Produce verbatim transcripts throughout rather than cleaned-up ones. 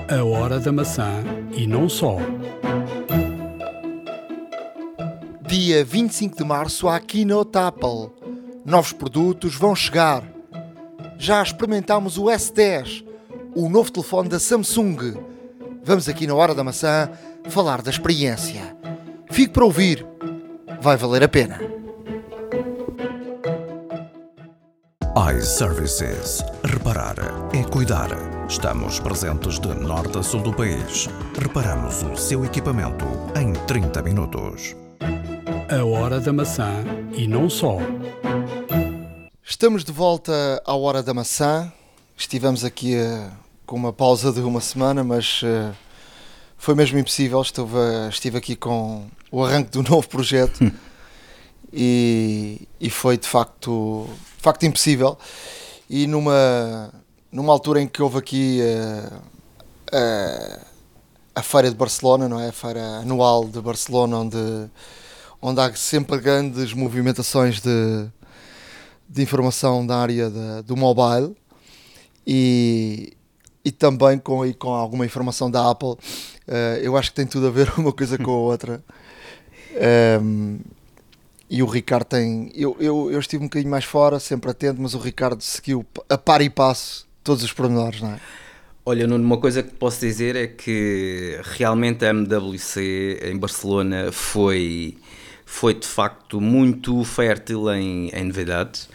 A Hora da Maçã e não só. Dia vinte e cinco de março há Keynote Apple. Novos produtos vão chegar. Já experimentámos o S dez, o novo telefone da Samsung. Vamos aqui na Hora da Maçã falar da experiência. Fique para ouvir. Vai valer a pena. iServices. Reparar é cuidar. Estamos presentes de norte a sul do país. Reparamos o seu equipamento em trinta minutos. A Hora da Maçã e não só. Estamos de volta à Hora da Maçã. Estivemos aqui uh, com uma pausa de uma semana, mas uh, foi mesmo impossível. Estive, uh, estive aqui com o arranque do novo projeto e, e foi de facto, de facto impossível. E numa, numa altura em que houve aqui uh, uh, a Feira de Barcelona, não é? A Feira Anual de Barcelona, onde, onde há sempre grandes movimentações de, de informação da área de, do mobile e, e também com, e com alguma informação da Apple. Uh, eu acho que tem tudo a ver uma coisa com a outra. Um, e o Ricardo tem... Eu, eu, eu estive um bocadinho mais fora, sempre atento, mas o Ricardo seguiu a par e passo todos os pormenores, não é? Olha, Nuno, uma coisa que posso dizer é que realmente a M W C em Barcelona foi, foi de facto muito fértil em, em novidades.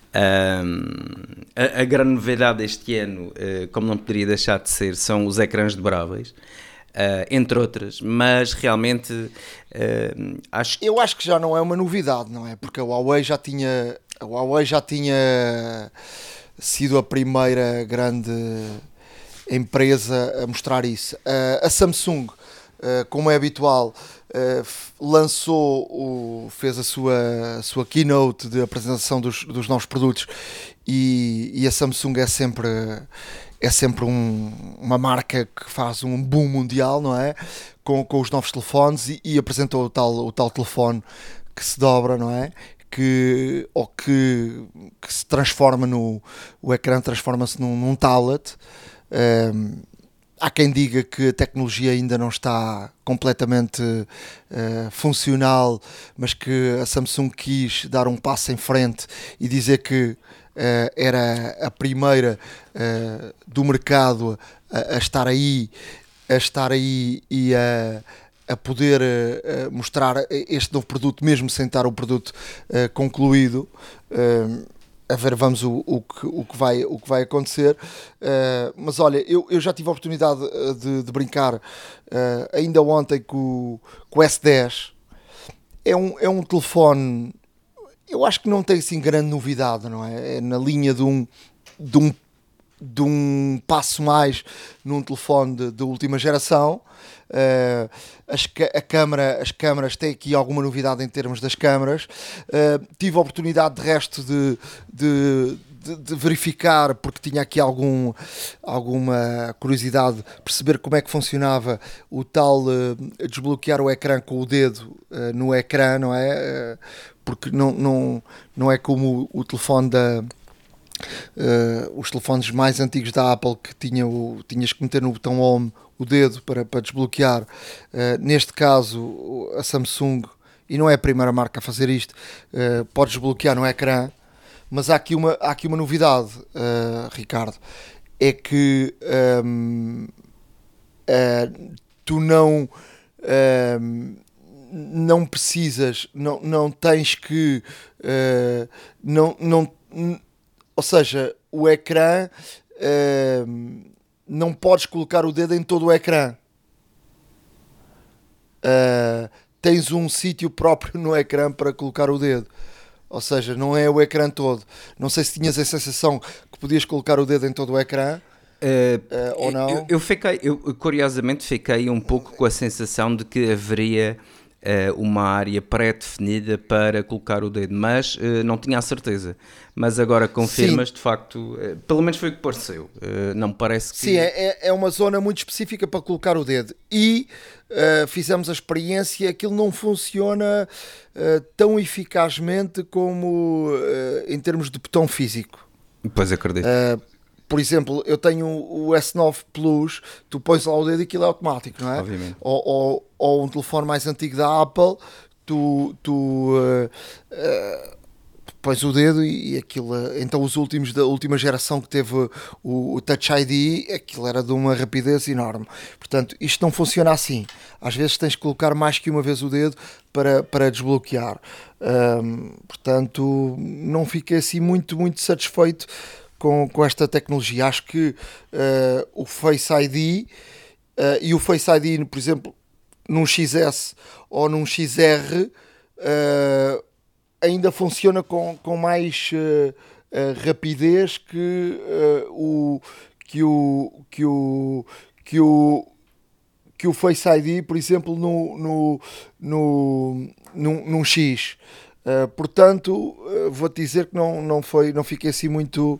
Um, a, a grande novidade este ano, uh, como não poderia deixar de ser, são os ecrãs dobráveis. Uh, entre outras, mas realmente uh, acho que... Eu acho que já não é uma novidade, não é? Porque a Huawei já tinha, a Huawei já tinha sido a primeira grande empresa a mostrar isso. Uh, a Samsung, uh, como é habitual, uh, lançou, o, fez a sua, a sua keynote de apresentação dos, dos novos produtos e, e a Samsung é sempre... É sempre um, uma marca que faz um boom mundial, não é? Com, com os novos telefones e, e apresentou o tal, o tal telefone que se dobra, não é? Que, ou que, que se transforma no... O ecrã transforma-se num, num tablet. Um, há quem diga que a tecnologia ainda não está completamente uh, funcional, mas que a Samsung quis dar um passo em frente e dizer que Uh, era a primeira uh, do mercado a, a estar aí, a estar aí e a, a poder uh, mostrar este novo produto, mesmo sem estar o produto uh, concluído. Uh, a ver, vamos o, o, que, o, que vai, o que vai acontecer. Uh, mas olha, eu, eu já tive a oportunidade de, de brincar uh, ainda ontem com, com o S dez. É um, é um telefone... Eu acho que não tem assim grande novidade, não é? É na linha de um, de um, de um passo mais num telefone de, de última geração. Uh, as, a câmara, as câmaras têm aqui alguma novidade em termos das câmaras. Uh, tive a oportunidade de resto de, de, de, de verificar, porque tinha aqui algum, alguma curiosidade, perceber como é que funcionava o tal uh, desbloquear o ecrã com o dedo uh, no ecrã, não é? Uh, porque não, não, não é como o, o telefone da... Uh, os telefones mais antigos da Apple que tinha o, tinhas que meter no botão Home o dedo para, para desbloquear. Uh, neste caso, a Samsung, e não é a primeira marca a fazer isto, uh, pode desbloquear no ecrã, mas há aqui uma, há aqui uma novidade, uh, Ricardo, é que um, uh, tu não... Um, não precisas, não, não tens que, uh, não, não, ou seja, o ecrã, uh, não podes colocar o dedo em todo o ecrã. Uh, tens um sítio próprio no ecrã para colocar o dedo. Ou seja, não é o ecrã todo. Não sei se tinhas a sensação que podias colocar o dedo em todo o ecrã. Uh, uh, ou não. Eu, eu, fiquei, eu curiosamente fiquei um pouco com a sensação de que haveria uh, uma área pré-definida para colocar o dedo, mas uh, não tinha a certeza. Mas agora confirmas, sim, de facto, uh, pelo menos foi o que pareceu. Uh, não me parece que... Sim, é, é uma zona muito específica para colocar o dedo. E uh, fizemos a experiência, aquilo não funciona uh, tão eficazmente como uh, em termos de botão físico. Pois acredito. Uh, por exemplo, eu tenho o S nove Plus, tu pões lá o dedo e aquilo é automático, não é? Obviamente. Ou, ou, ou um telefone mais antigo da Apple, tu, tu uh, uh, pões o dedo e, e aquilo, uh, então os últimos da última geração que teve o, o Touch I D, aquilo era de uma rapidez enorme. Portanto, isto não funciona assim. Às vezes tens que colocar mais que uma vez o dedo para, para desbloquear. Um, portanto, não fiquei assim muito, muito satisfeito com, com esta tecnologia. Acho que uh, o Face I D uh, e o Face I D, por exemplo, num X S ou num X R, uh, ainda funciona com, com mais uh, uh, rapidez que, uh, o, que o que o que o que o Face I D, por exemplo, no, no, no, num, num X. Uh, portanto, uh, vou-te dizer que não, não, foi, não fiquei assim muito,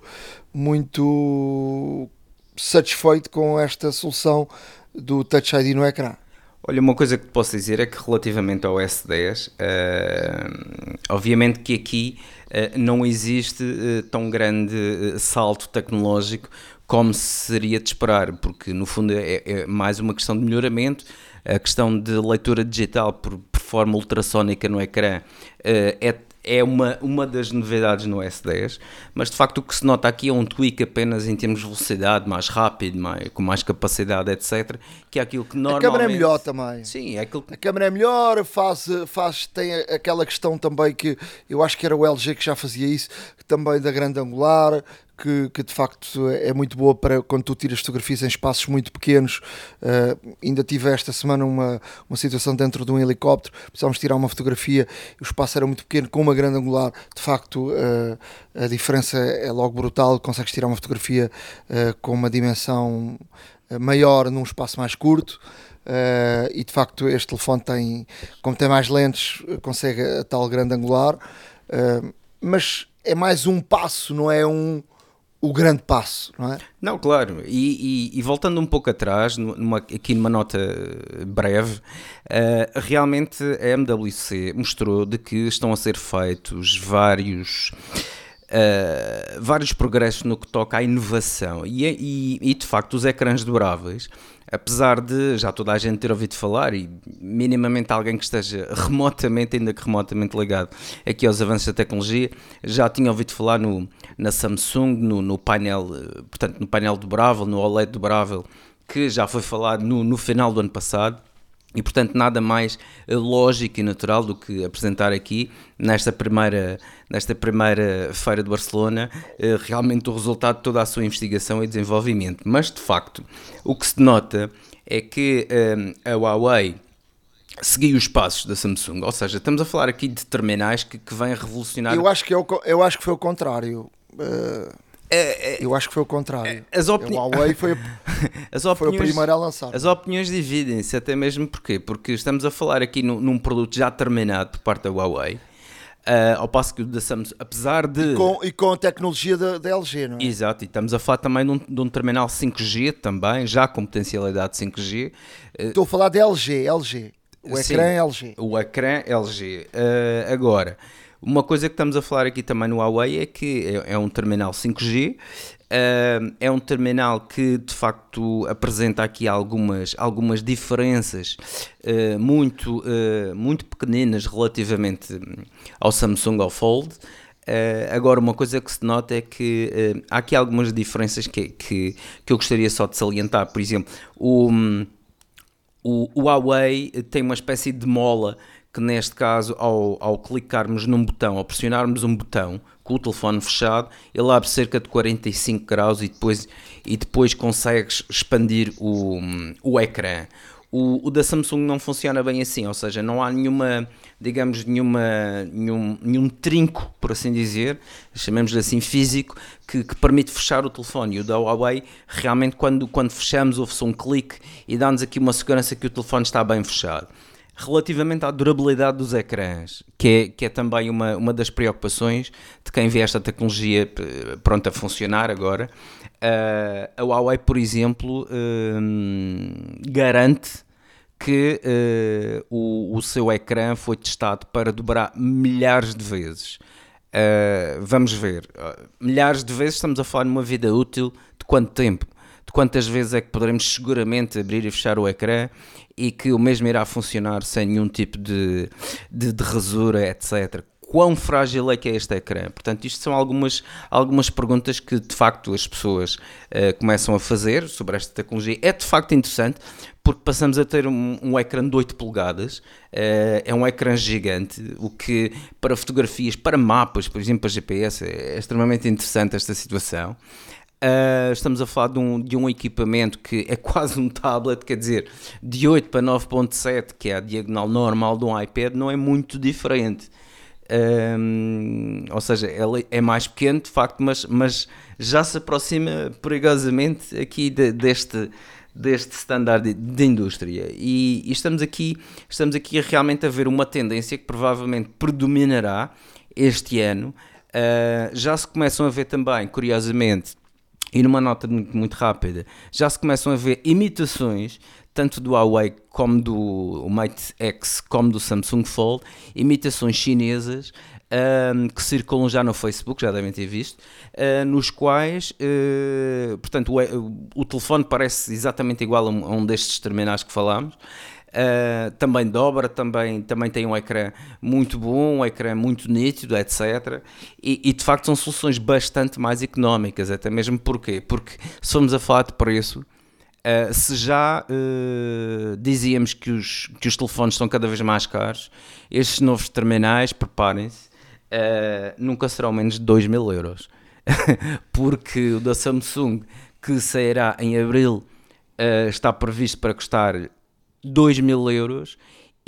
muito satisfeito com esta solução do Touch I D no ecrã. Olha, uma coisa que te posso dizer é que relativamente ao S dez, uh, obviamente que aqui uh, não existe uh, tão grande uh, salto tecnológico como seria de esperar, porque no fundo é, é mais uma questão de melhoramento. A questão de leitura digital por, por forma ultrassónica no ecrã uh, é, é uma, uma das novidades no S dez, mas de facto o que se nota aqui é um tweak apenas em termos de velocidade, mais rápido, mais, com mais capacidade, etcétera, que é aquilo que normalmente... A câmera é melhor também. Sim, é aquilo que... A câmera é melhor, faz, faz, tem aquela questão também que eu acho que era o L G que já fazia isso, também da grande angular, que, que de facto é muito boa para quando tu tiras fotografias em espaços muito pequenos. Uh, ainda tive esta semana uma, uma situação dentro de um helicóptero, precisávamos tirar uma fotografia, o espaço era muito pequeno, com uma grande angular, de facto uh, a diferença é logo brutal, consegues tirar uma fotografia uh, com uma dimensão maior num espaço mais curto. Uh, e de facto este telefone tem, como tem mais lentes, consegue a tal grande angular, uh, mas é mais um passo, não é um o grande passo, não é? Não, claro, e, e, e voltando um pouco atrás, numa, aqui numa nota breve, uh, realmente a M W C mostrou de que estão a ser feitos vários... Uh, vários progressos no que toca à inovação e, e, e de facto os ecrãs dobráveis, apesar de já toda a gente ter ouvido falar e minimamente alguém que esteja remotamente, ainda que remotamente ligado aqui aos avanços da tecnologia, já tinha ouvido falar no, na Samsung, no, no painel, portanto no painel dobrável, no O L E D dobrável, que já foi falado no, no final do ano passado. E, portanto, nada mais lógico e natural do que apresentar aqui, nesta primeira, nesta primeira feira de Barcelona, realmente o resultado de toda a sua investigação e desenvolvimento. Mas, de facto, o que se nota é que um, a Huawei seguiu os passos da Samsung. Ou seja, estamos a falar aqui de terminais que, que vêm revolucionar... Eu acho que, é o, eu acho que foi o contrário. Uh... É, é, eu acho que foi o contrário. As opini... A Huawei foi a, as opiniões, foi a primeira a lançar. As opiniões dividem-se, até mesmo porquê? Porque estamos a falar aqui num, num produto já terminado por parte da Huawei, uh, ao passo que o da Samsung, apesar de... E com, e com a tecnologia da, da L G, não é? Exato, e estamos a falar também de um, de um terminal cinco G também, já com potencialidade cinco G. Uh, Estou a falar de L G, L G. O ecrã é L G. O ecrã L G. Uh, agora... Uma coisa que estamos a falar aqui também no Huawei é que é, é um terminal cinco G, uh, é um terminal que de facto apresenta aqui algumas, algumas diferenças uh, muito, uh, muito pequeninas relativamente ao Samsung, ao Fold. Uh, agora, uma coisa que se nota é que uh, há aqui algumas diferenças que, que, que eu gostaria só de salientar. Por exemplo, o, o, o Huawei tem uma espécie de mola que neste caso, ao, ao clicarmos num botão, ao pressionarmos um botão com o telefone fechado, ele abre cerca de quarenta e cinco graus e depois, e depois consegues expandir o, o ecrã. O, o da Samsung não funciona bem assim, ou seja, não há nenhuma, digamos, nenhuma, nenhum, nenhum trinco, por assim dizer, chamemos-lhe assim, físico, que, que permite fechar o telefone. E o da Huawei, realmente, quando, quando fechamos, ouve-se um clique e dá-nos aqui uma segurança que o telefone está bem fechado. Relativamente à durabilidade dos ecrãs, que é, que é também uma, uma das preocupações de quem vê esta tecnologia pronta a funcionar agora, uh, a Huawei, por exemplo, uh, garante que uh, o, o seu ecrã foi testado para dobrar milhares de vezes. Uh, vamos ver, uh, milhares de vezes estamos a falar numa vida útil de quanto tempo? De quantas vezes é que poderemos seguramente abrir e fechar o ecrã e que o mesmo irá funcionar sem nenhum tipo de, de, de rasura, etcétera. Quão frágil é que é este ecrã? Portanto, isto são algumas, algumas perguntas que de facto as pessoas uh, começam a fazer sobre esta tecnologia. É de facto interessante porque passamos a ter um, um ecrã de oito polegadas, uh, é um ecrã gigante, o que para fotografias, para mapas, por exemplo, para G P S, é extremamente interessante esta situação. Uh, estamos a falar de um, de um equipamento que é quase um tablet, quer dizer, de oito para nove ponto sete, que é a diagonal normal de um iPad, não é muito diferente. Um, ou seja, ele é mais pequeno de facto, mas, mas já se aproxima perigosamente aqui de, deste, deste standard de, de indústria e, e estamos, aqui, estamos aqui realmente a ver uma tendência que provavelmente predominará este ano. Uh, já se começam a ver também, curiosamente, e numa nota muito, muito rápida, já se começam a ver imitações tanto do Huawei como do Mate X, como do Samsung Fold, imitações chinesas um, que circulam já no Facebook, já devem ter visto, uh, nos quais, uh, portanto, o, o telefone parece exatamente igual a um, a um destes terminais que falámos, uh, também dobra, também, também tem um ecrã muito bom, um ecrã muito nítido, etcétera. E, e de facto são soluções bastante mais económicas, até mesmo porquê? Porque se formos a falar de preço, Uh, se já uh, dizíamos que os, que os telefones são cada vez mais caros, estes novos terminais, preparem-se, uh, nunca serão menos de dois mil euros. Porque o da Samsung, que sairá em abril, uh, está previsto para custar dois mil euros,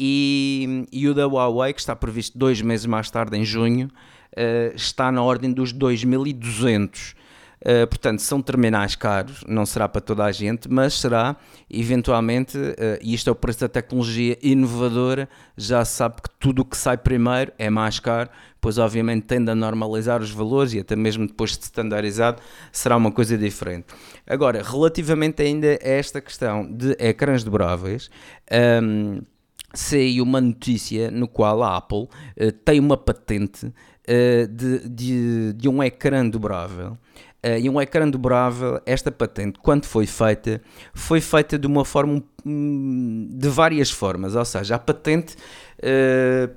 e, e o da Huawei, que está previsto dois meses mais tarde, em junho, uh, está na ordem dos dois mil e duzentos. Uh, portanto, são terminais caros, não será para toda a gente, mas será eventualmente, uh, e isto é o preço da tecnologia inovadora, já se sabe que tudo o que sai primeiro é mais caro, pois obviamente tende a normalizar os valores e até mesmo depois de standardizado será uma coisa diferente. Agora, relativamente ainda a esta questão de ecrãs dobráveis, um, saiu uma notícia no qual a Apple uh, tem uma patente uh, de, de, de um ecrã dobrável. Uh, e um ecrã dobrável, esta patente, quando foi feita, foi feita de uma forma, um, de várias formas, ou seja, a patente uh,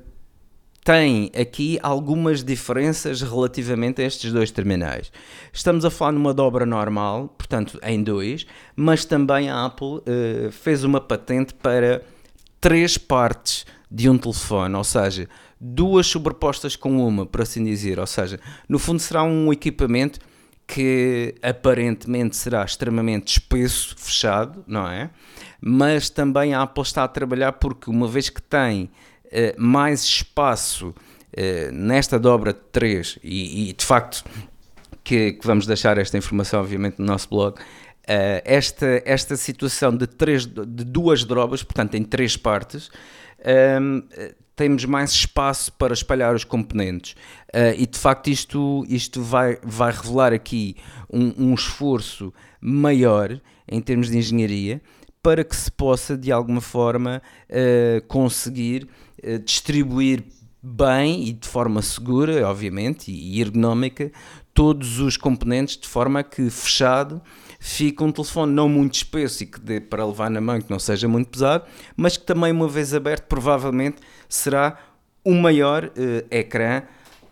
tem aqui algumas diferenças relativamente a estes dois terminais. Estamos a falar numa dobra normal, portanto em dois, mas também a Apple uh, fez uma patente para três partes de um telefone, ou seja, duas sobrepostas com uma, por assim dizer, ou seja, no fundo será um equipamento que aparentemente será extremamente espesso, fechado, não é? Mas também a Apple está a trabalhar porque, uma vez que tem uh, mais espaço uh, nesta dobra de três, e, e de facto que, que vamos deixar esta informação obviamente no nosso blog, uh, esta, esta situação de, três, de duas dobras, portanto em três partes, um, temos mais espaço para espalhar os componentes uh, e de facto isto, isto vai, vai revelar aqui um, um esforço maior em termos de engenharia para que se possa de alguma forma uh, conseguir uh, distribuir bem e de forma segura, obviamente, e ergonómica, todos os componentes de forma a que fechado fica um telefone não muito espesso e que dê para levar na mão, que não seja muito pesado, mas que também, uma vez aberto, provavelmente será o maior uh, ecrã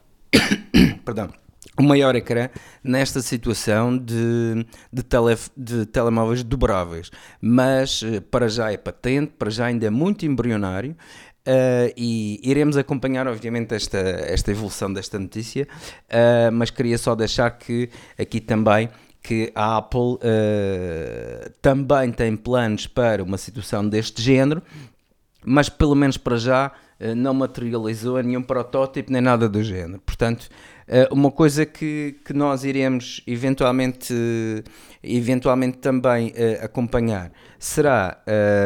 perdão, o maior ecrã nesta situação de, de, tele, de telemóveis dobráveis. Mas uh, para já é patente, para já ainda é muito embrionário. Uh, e iremos acompanhar obviamente esta, esta evolução desta notícia, uh, mas queria só deixar que aqui também que a Apple uh, também tem planos para uma situação deste género, mas pelo menos para já uh, não materializou nenhum protótipo nem nada do género. Portanto, uh, uma coisa que, que nós iremos eventualmente, uh, eventualmente também uh, acompanhar será,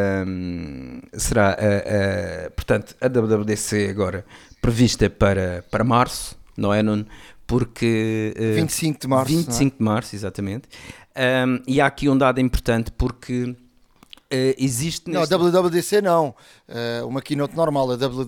uh, será uh, uh, portanto, a W W D C agora prevista para, para março, não é, Nuno? Porque, uh, vinte e cinco de março. vinte e cinco de março, exatamente. Um, e há aqui um dado importante porque Uh, existe Não, a neste... W W D C não. Uh, uma keynote normal, a W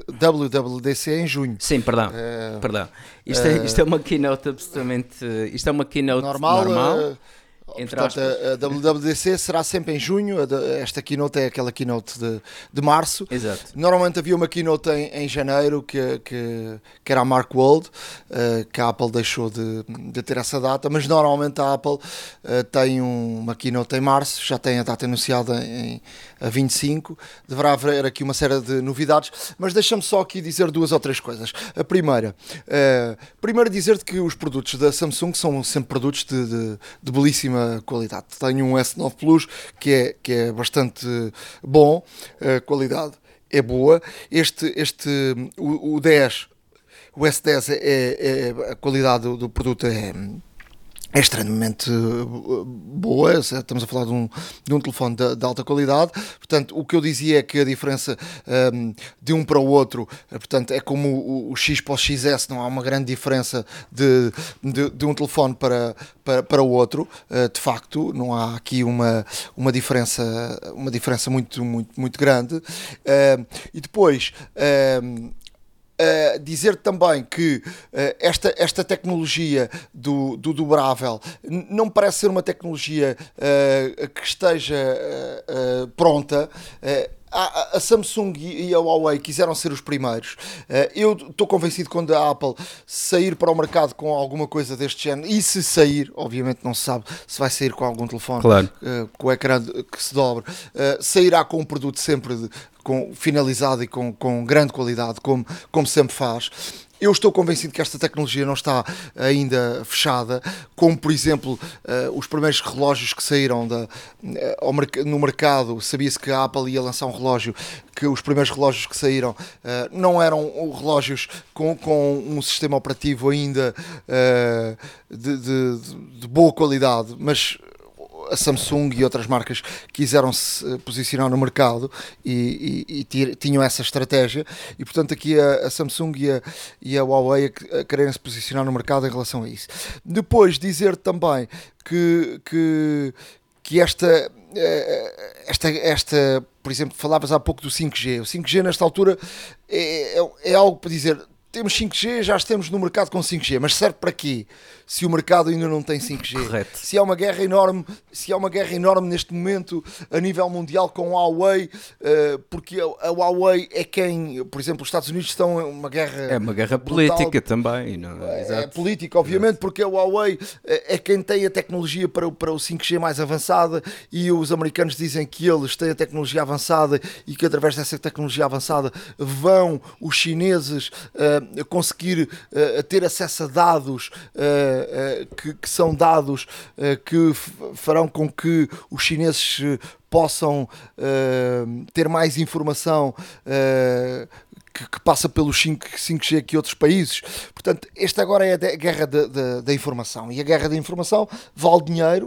W D C é em junho. Sim, perdão. Uh, perdão. Isto, uh, é, isto é uma keynote absolutamente... Isto é uma keynote normal. normal uh, entre portanto, a, a W W D C será sempre em junho. Esta keynote é aquela keynote de, de março. Exato. Normalmente havia uma keynote em, em janeiro que, que, que era a Macworld, uh, que a Apple deixou de, de ter essa data, mas normalmente a Apple uh, tem um, uma keynote em março, já tem a data anunciada em, a vinte e cinco. Deverá haver aqui uma série de novidades, mas deixa-me só aqui dizer duas ou três coisas. A primeira, uh, primeiro dizer-te que os produtos da Samsung são sempre produtos de, de, de belíssima qualidade. Tenho um S nove Plus que é, que é bastante bom, a qualidade é boa. Este, este o, o dez, o S dez, é, é, a qualidade do, do produto é, é extremamente boa. Estamos a falar de um, de um telefone de, de alta qualidade. Portanto, o que eu dizia é que a diferença um, de um para o outro, portanto, é como o, o X para o X S, não há uma grande diferença de, de, de um telefone para, para, para o outro. Uh, de facto, não há aqui uma, uma diferença, uma diferença muito, muito, muito grande. Uh, e depois... Uh, Uh, dizer também que uh, esta, esta tecnologia do, do dobrável n- não parece ser uma tecnologia uh, que esteja uh, uh, pronta. Uh, A, a Samsung e a Huawei quiseram ser os primeiros. Eu estou convencido que quando a Apple sair para o mercado com alguma coisa deste género, e se sair, obviamente não se sabe se vai sair com algum telefone, claro, uh, com o ecrã que se dobre, uh, sairá com um produto sempre de, com, finalizado e com, com grande qualidade, como, como sempre faz. Eu estou convencido que esta tecnologia não está ainda fechada, como por exemplo uh, os primeiros relógios que saíram da, uh, ao, no mercado. Sabia-se que a Apple ia lançar um relógio, que os primeiros relógios que saíram uh, não eram relógios com, com um sistema operativo ainda uh, de, de, de boa qualidade, mas a Samsung e outras marcas quiseram se posicionar no mercado e, e, e tinham essa estratégia, e portanto aqui a, a Samsung e a, e a Huawei a, a quererem se posicionar no mercado em relação a isso. Depois dizer também que, que, que esta, esta, esta, por exemplo, falavas há pouco do cinco G. O cinco G nesta altura é, é, é algo para dizer... Temos cinco G, já estamos no mercado com cinco G, mas serve para quê? Se o mercado ainda não tem cinco G. Correto. Se há uma guerra enorme, se há uma guerra enorme neste momento a nível mundial com a Huawei, uh, porque a, a Huawei é quem, por exemplo, os Estados Unidos estão em uma guerra... É uma guerra brutal, política também. Não? É, Exato. é política, obviamente, Exato. Porque a Huawei é quem tem a tecnologia para, para o cinco G mais avançada, e os americanos dizem que eles têm a tecnologia avançada e que através dessa tecnologia avançada vão os chineses uh, conseguir uh, ter acesso a dados uh, uh, que, que são dados uh, que f- farão com que os chineses uh, possam uh, ter mais informação uh, que, que passa pelo cinco G que outros países. Portanto, esta agora é a guerra da, da, da informação, e a guerra da informação vale dinheiro.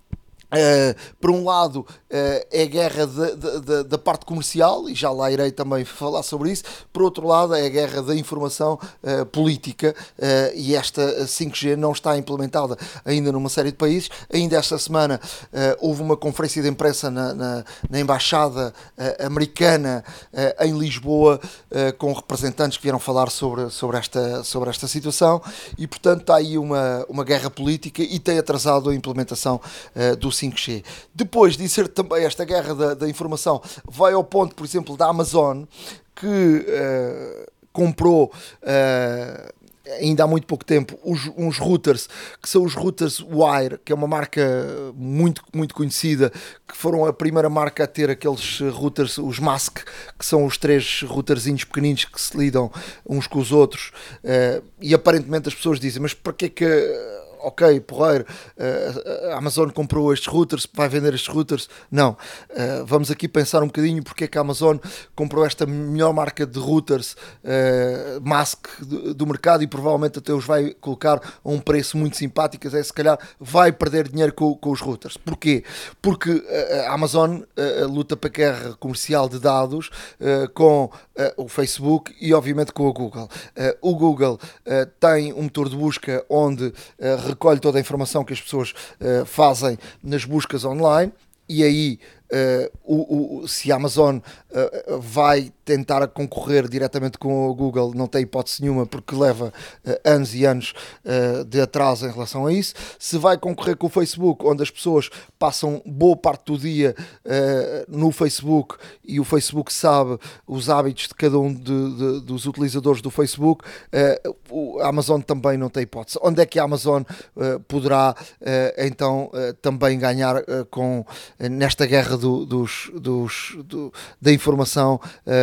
Uh, por um lado uh, é a guerra de, de, de, da parte comercial, e já lá irei também falar sobre isso. Por outro lado é a guerra da informação uh, política, uh, e esta cinco G não está implementada ainda numa série de países. Ainda esta semana uh, houve uma conferência de imprensa na, na, na embaixada uh, americana uh, em Lisboa, uh, com representantes que vieram falar sobre, sobre, esta, sobre esta situação, e portanto está aí uma, uma guerra política e tem atrasado a implementação uh, do cinco G. Depois dizer também, esta guerra da, da informação vai ao ponto, por exemplo, da Amazon, que uh, comprou uh, ainda há muito pouco tempo os, uns routers, que são os routers Wire, que é uma marca muito, muito conhecida, que foram a primeira marca a ter aqueles routers, os Mask, que são os três routerzinhos pequeninos que se lidam uns com os outros, uh, e aparentemente as pessoas dizem, mas para que é que... Ok, porreiro, a Amazon comprou estes routers, vai vender estes routers? Não. Uh, vamos aqui pensar um bocadinho porque é que a Amazon comprou esta melhor marca de routers uh, Mask do, do mercado, e provavelmente até os vai colocar a um preço muito simpático. É, se calhar vai perder dinheiro com, com os routers. Porquê? Porque a Amazon uh, luta para a guerra comercial de dados uh, com uh, o Facebook e obviamente com a Google. Uh, o Google uh, tem um motor de busca onde uh, recolhe toda a informação que as pessoas uh, fazem nas buscas online, e aí uh, o, o, se a Amazon uh, vai tentar concorrer diretamente com o Google, não tem hipótese nenhuma, porque leva uh, anos e anos uh, de atraso em relação a isso. Se vai concorrer com o Facebook, onde as pessoas passam boa parte do dia uh, no Facebook, e o Facebook sabe os hábitos de cada um de, de, dos utilizadores do Facebook, uh, a Amazon também não tem hipótese. Onde é que a Amazon uh, poderá uh, então uh, também ganhar uh, com, uh, nesta guerra do, dos, dos, do, da informação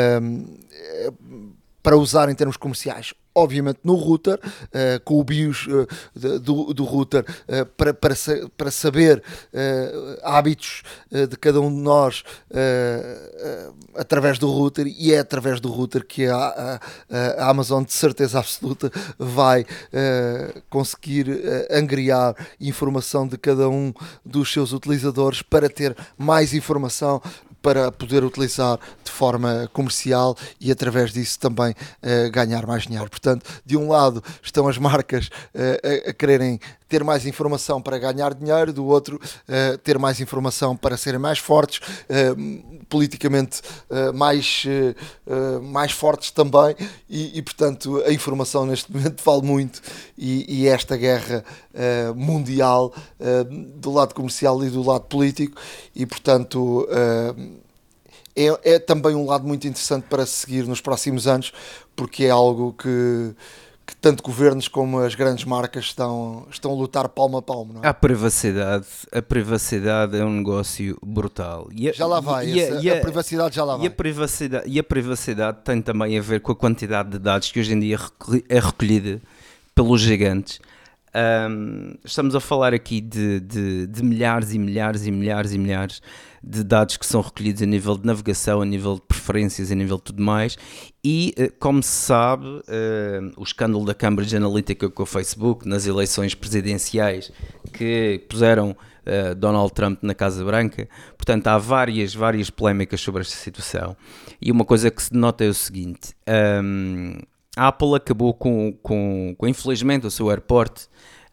uh, para usar em termos comerciais? Obviamente no router, uh, com o BIOS uh, do, do router, uh, para, para, para saber uh, hábitos uh, de cada um de nós uh, uh, através do router, e é através do router que a, a, a Amazon de certeza absoluta vai uh, conseguir uh, angriar informação de cada um dos seus utilizadores para ter mais informação para poder utilizar de forma comercial e através disso também uh, ganhar mais dinheiro. Portanto, de um lado estão as marcas uh, a, a quererem ter mais informação para ganhar dinheiro, do outro uh, ter mais informação para serem mais fortes, uh, politicamente uh, mais, uh, uh, mais fortes também, e, e portanto a informação neste momento vale muito, e, e esta guerra uh, mundial uh, do lado comercial e do lado político, e portanto uh, é, é também um lado muito interessante para seguir nos próximos anos, porque é algo que que tanto governos como as grandes marcas estão, estão a lutar palmo a palmo, não é? A privacidade, a privacidade é um negócio brutal. E a, já lá vai, e, essa, e a, a privacidade já lá vai. E a privacidade, e a privacidade tem também a ver com a quantidade de dados que hoje em dia é recolhida pelos gigantes. Um, estamos a falar aqui de, de, de milhares e milhares e milhares e milhares de dados que são recolhidos a nível de navegação, a nível de preferências, a nível de tudo mais, e como se sabe, uh, o escândalo da Cambridge Analytica com o Facebook nas eleições presidenciais que puseram uh, Donald Trump na Casa Branca, portanto há várias, várias polémicas sobre esta situação, e uma coisa que se denota é o seguinte: um, a Apple acabou com, com, com, infelizmente, o seu AirPort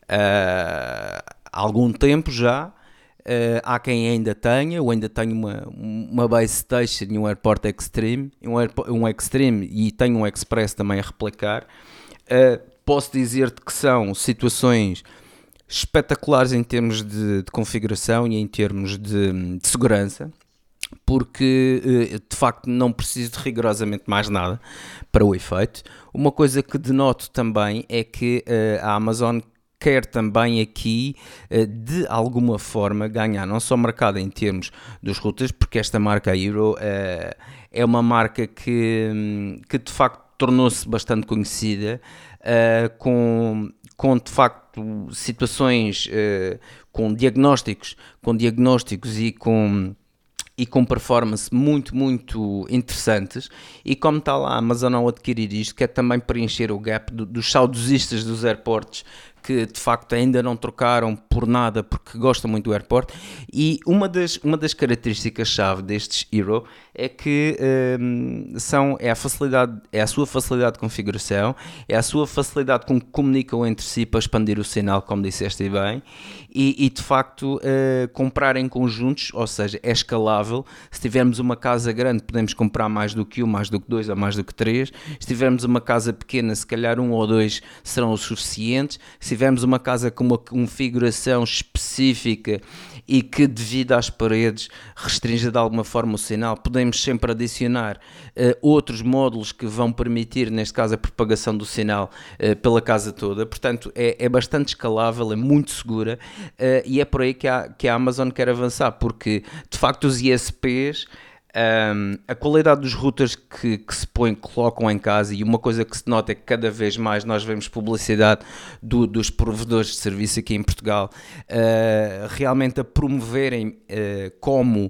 uh, há algum tempo já. Uh, há quem ainda tenha, ou ainda tenha uma, uma base station e um AirPort Extreme, um, Airport, um Extreme e tenho um Express também a replicar. Uh, posso dizer-te que são situações espetaculares em termos de, de configuração e em termos de, de segurança, porque de facto não preciso de rigorosamente mais nada para o efeito. Uma coisa que denoto também é que uh, a Amazon quer também aqui, de alguma forma, ganhar não só mercado em termos dos routers, porque esta marca, a Eero, é uma marca que, que de facto tornou-se bastante conhecida, com, com de facto situações, com diagnósticos, com diagnósticos e com... e com performance muito, muito interessantes, e como está lá a Amazon ao adquirir isto, quer também preencher o gap do, dos saudosistas dos airports, que de facto ainda não trocaram por nada porque gostam muito do AirPort. E uma das, uma das características-chave destes Eero é que um, são, é, a facilidade, é a sua facilidade de configuração, é a sua facilidade com que comunicam entre si para expandir o sinal, como disseste bem, e, e de facto uh, comprar em conjuntos, ou seja, é escalável. Se tivermos uma casa grande podemos comprar mais do que um, mais do que dois ou mais do que três. Se tivermos uma casa pequena, se calhar um ou dois serão os suficientes. Se tivermos uma casa com uma configuração específica e que devido às paredes restringe de alguma forma o sinal, podemos sempre adicionar uh, outros módulos que vão permitir, neste caso, a propagação do sinal uh, pela casa toda. Portanto, é, é bastante escalável, é muito segura, uh, e é por aí que a, que a Amazon quer avançar, porque de facto os I S Ps, Um, a qualidade dos routers que, que se põem, que colocam em casa, e uma coisa que se nota é que cada vez mais nós vemos publicidade do, dos provedores de serviço aqui em Portugal uh, realmente a promoverem uh, como,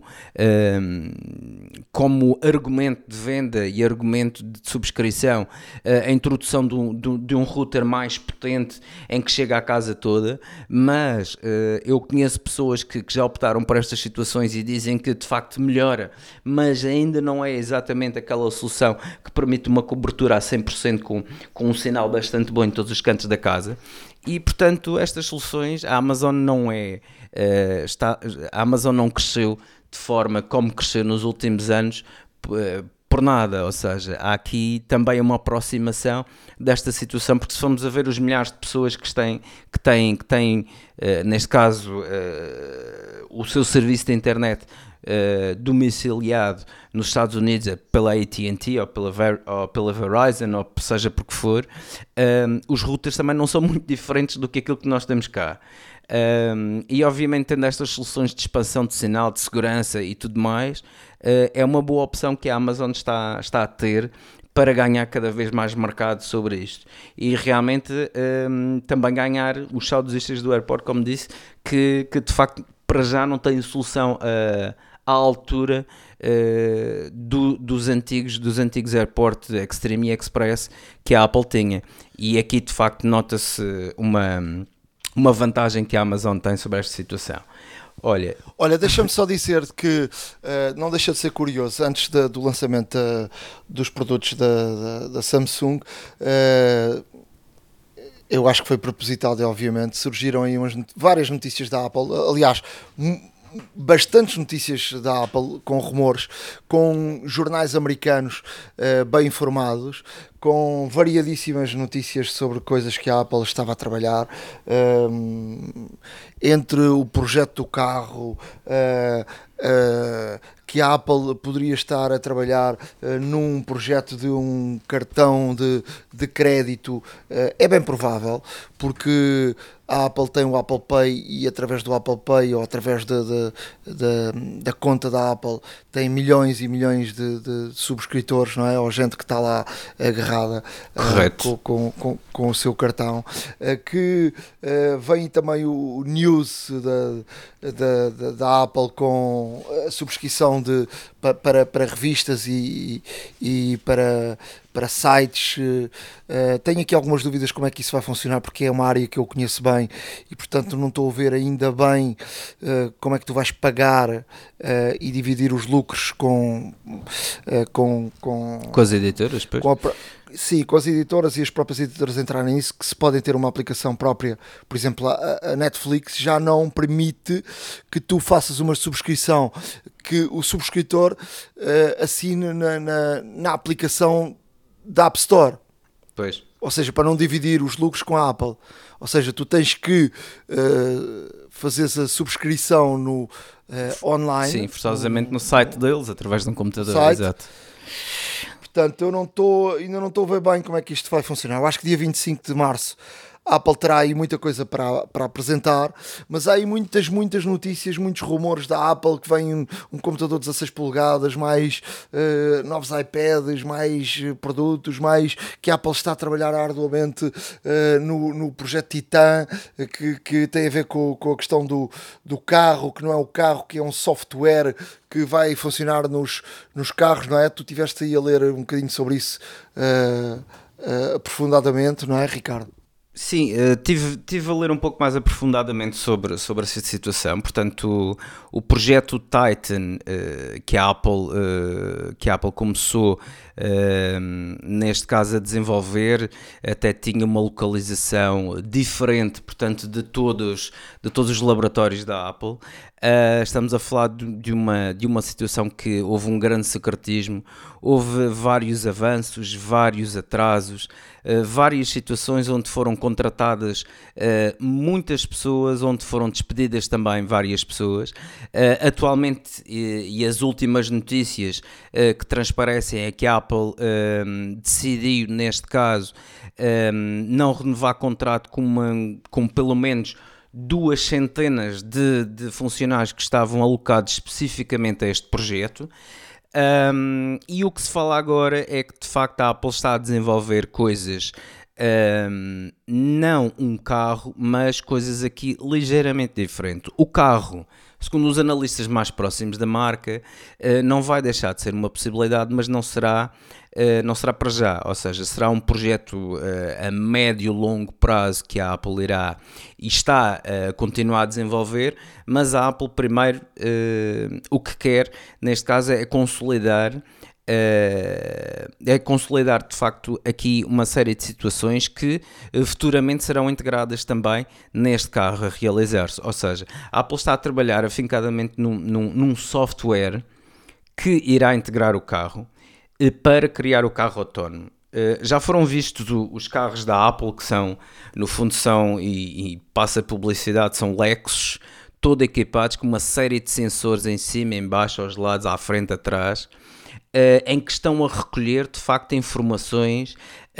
uh, como argumento de venda e argumento de subscrição uh, a introdução de um, de, de um router mais potente em que chega à casa toda. Mas uh, eu conheço pessoas que, que já optaram por estas situações e dizem que de facto melhora, mas ainda não é exatamente aquela solução que permite uma cobertura a cem por cento com, com um sinal bastante bom em todos os cantos da casa. E portanto estas soluções, a Amazon não é uh, está, a Amazon não cresceu de forma como cresceu nos últimos anos por nada, ou seja, há aqui também uma aproximação desta situação, porque se formos a ver os milhares de pessoas que têm, que têm, que têm uh, neste caso, uh, o seu serviço de internet uh, domiciliado nos Estados Unidos pela A T and T ou pela, Ver, ou pela Verizon, ou seja por que for, um, os routers também não são muito diferentes do que aquilo que nós temos cá. Um, e obviamente tendo estas soluções de expansão de sinal, de segurança e tudo mais, uh, é uma boa opção que a Amazon está, está a ter para ganhar cada vez mais mercado sobre isto e realmente um, também ganhar os saudosistas do aeroporto, como disse, que, que de facto para já não têm solução uh, à altura uh, do, dos, antigos, dos antigos aeroportos Extreme e Express que a Apple tinha, e aqui de facto nota-se uma uma vantagem que a Amazon tem sobre esta situação. Olha, Olha deixa-me só dizer que uh, não deixa de ser curioso, antes de, do lançamento uh, dos produtos da, da, da Samsung, uh, eu acho que foi propositado, obviamente, surgiram aí umas, várias notícias da Apple, aliás, bastantes notícias da Apple, com rumores, com jornais americanos uh, bem informados, com variadíssimas notícias sobre coisas que a Apple estava a trabalhar, um, entre o projeto do carro, uh, uh, que a Apple poderia estar a trabalhar uh, num projeto de um cartão de, de crédito, uh, é bem provável, porque a Apple tem o Apple Pay e através do Apple Pay ou através de, de, de, da conta da Apple tem milhões e milhões de, de subscritores, não é? Ou gente que está lá agarrada uh, com, com, com, com o seu cartão, uh, que uh, vem também o news da, da, da, da Apple com a subscrição de, para, para revistas e, e para para sites. Uh, tenho aqui algumas dúvidas como é que isso vai funcionar, porque é uma área que eu conheço bem e portanto não estou a ver ainda bem uh, como é que tu vais pagar uh, e dividir os lucros com uh, com, com, com as editoras, pois. Com a, sim, com as editoras e as próprias editoras entrarem nisso, que se podem ter uma aplicação própria. Por exemplo, a, a Netflix já não permite que tu faças uma subscrição, que o subscritor uh, assine na, na, na aplicação da App Store. Pois. Ou seja, para não dividir os lucros com a Apple. Ou seja, tu tens que uh, fazer a subscrição no uh, online. Sim, forçosamente no, no site deles, através de um computador. Site. Exato. Portanto, eu não estou, ainda não estou a ver bem como é que isto vai funcionar. Eu acho que dia vinte e cinco de março a Apple terá aí muita coisa para, para apresentar, mas há aí muitas, muitas notícias, muitos rumores da Apple, que vem um, um computador de dezasseis polegadas, mais uh, novos iPads, mais uh, produtos, mais que a Apple está a trabalhar arduamente uh, no, no projeto Titan, uh, que, que tem a ver com, com a questão do, do carro, que não é o carro, que é um software que vai funcionar nos, nos carros, não é? Tu estiveste aí a ler um bocadinho sobre isso uh, uh, aprofundadamente, não é, Ricardo? Sim, uh, tive, tive a ler um pouco mais aprofundadamente sobre, sobre essa situação. Portanto, o, o projeto Titan uh, que, a Apple, uh, que a Apple começou, uh, neste caso, a desenvolver, até tinha uma localização diferente, portanto, de todos, de todos os laboratórios da Apple. Uh, estamos a falar de, de, uma, de uma situação que houve um grande secretismo, houve vários avanços, vários atrasos, uh, várias situações onde foram contratadas uh, muitas pessoas, onde foram despedidas também várias pessoas. Uh, atualmente, e, e as últimas notícias uh, que transparecem é que a Apple uh, decidiu, neste caso, uh, não renovar contrato com, uma, com pelo menos duas centenas de, de funcionários que estavam alocados especificamente a este projeto. Um, e o que se fala agora é que de facto a Apple está a desenvolver coisas, um, não um carro, mas coisas aqui ligeiramente diferentes. O carro, segundo os analistas mais próximos da marca, uh, não vai deixar de ser uma possibilidade, mas não será, uh, não será para já, ou seja, será um projeto uh, a médio e longo prazo que a Apple irá e está a continuar a desenvolver, mas a Apple primeiro uh, o que quer, neste caso, é consolidar Uh, é consolidar de facto aqui uma série de situações que uh, futuramente serão integradas também neste carro a realizar-se. Ou seja, a Apple está a trabalhar afincadamente num, num, num software que irá integrar o carro uh, para criar o carro autónomo. Uh, já foram vistos o, os carros da Apple, que são, no fundo, são, e, e passa publicidade, são Lexus, todo equipados com uma série de sensores em cima, em baixo, aos lados, à frente, atrás, Uh, em que estão a recolher de facto informações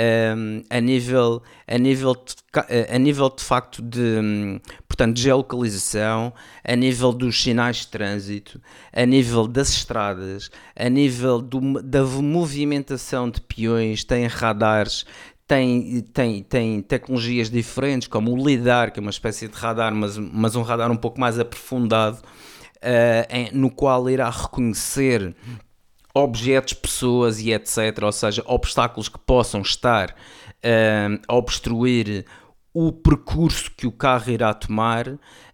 um, a, nível, a, nível de, a nível de facto de, um, portanto, de geolocalização, a nível dos sinais de trânsito, a nível das estradas, a nível do, da movimentação de peões, tem radares, Tem, tem, tem tecnologias diferentes, como o LiDAR, que é uma espécie de radar, mas, mas um radar um pouco mais aprofundado, uh, em, no qual irá reconhecer objetos, pessoas e etcétera. Ou seja, obstáculos que possam estar uh, a obstruir o percurso que o carro irá tomar,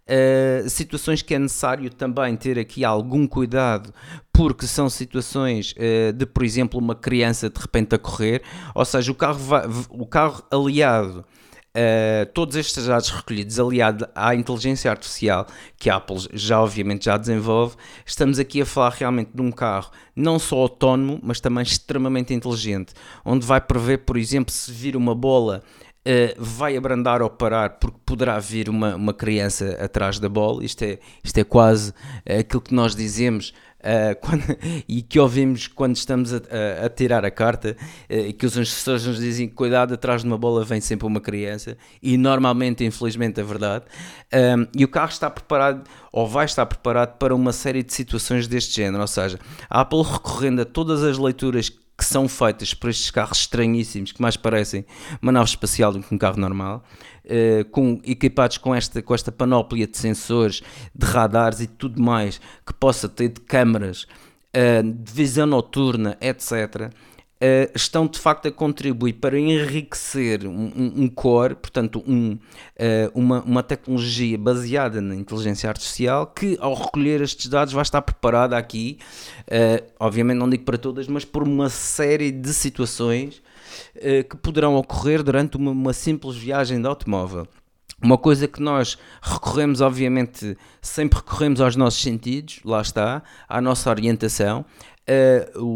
uh, situações que é necessário também ter aqui algum cuidado, porque são situações uh, de, por exemplo, uma criança de repente a correr, ou seja, o carro, vai, o carro aliado Uh, todos estes dados recolhidos, aliado à inteligência artificial que a Apple já obviamente já desenvolve, estamos aqui a falar realmente de um carro não só autónomo, mas também extremamente inteligente, onde vai prever, por exemplo, se vir uma bola, uh, vai abrandar ou parar, porque poderá vir uma, uma criança atrás da bola. Isto é, isto é quase uh, aquilo que nós dizemos Uh, quando, e que ouvimos quando estamos a, a, a tirar a carta, e uh, que os professores nos dizem que cuidado, atrás de uma bola vem sempre uma criança, e normalmente, infelizmente, é verdade. Um, e o carro está preparado, ou vai estar preparado para uma série de situações deste género. Ou seja, a Apple, recorrendo a todas as leituras que são feitas por estes carros estranhíssimos, que mais parecem uma nave espacial do que um carro normal, uh, com, equipados com esta, com esta panóplia de sensores, de radares e tudo mais, que possa ter de câmaras, uh, de visão noturna, etcétera, uh, estão de facto a contribuir para enriquecer um, um, um core, portanto um, uh, uma, uma tecnologia baseada na inteligência artificial, que ao recolher estes dados vai estar preparada aqui, uh, obviamente não digo para todas, mas por uma série de situações uh, que poderão ocorrer durante uma, uma simples viagem de automóvel. Uma coisa que nós recorremos, obviamente, sempre recorremos aos nossos sentidos, lá está, à nossa orientação. Uh, o,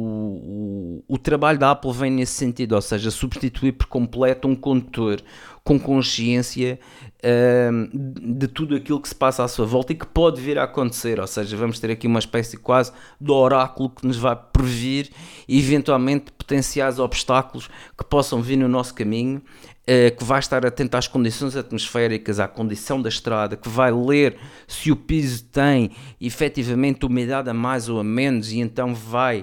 o, o trabalho da Apple vem nesse sentido, ou seja, substituir por completo um condutor com consciência uh, de tudo aquilo que se passa à sua volta e que pode vir a acontecer. Ou seja, vamos ter aqui uma espécie quase de oráculo que nos vai previr eventualmente potenciais obstáculos que possam vir no nosso caminho, uh, que vai estar atento às condições atmosféricas, à condição da estrada, que vai ler se o piso tem efetivamente umidade a mais ou a menos, e então vai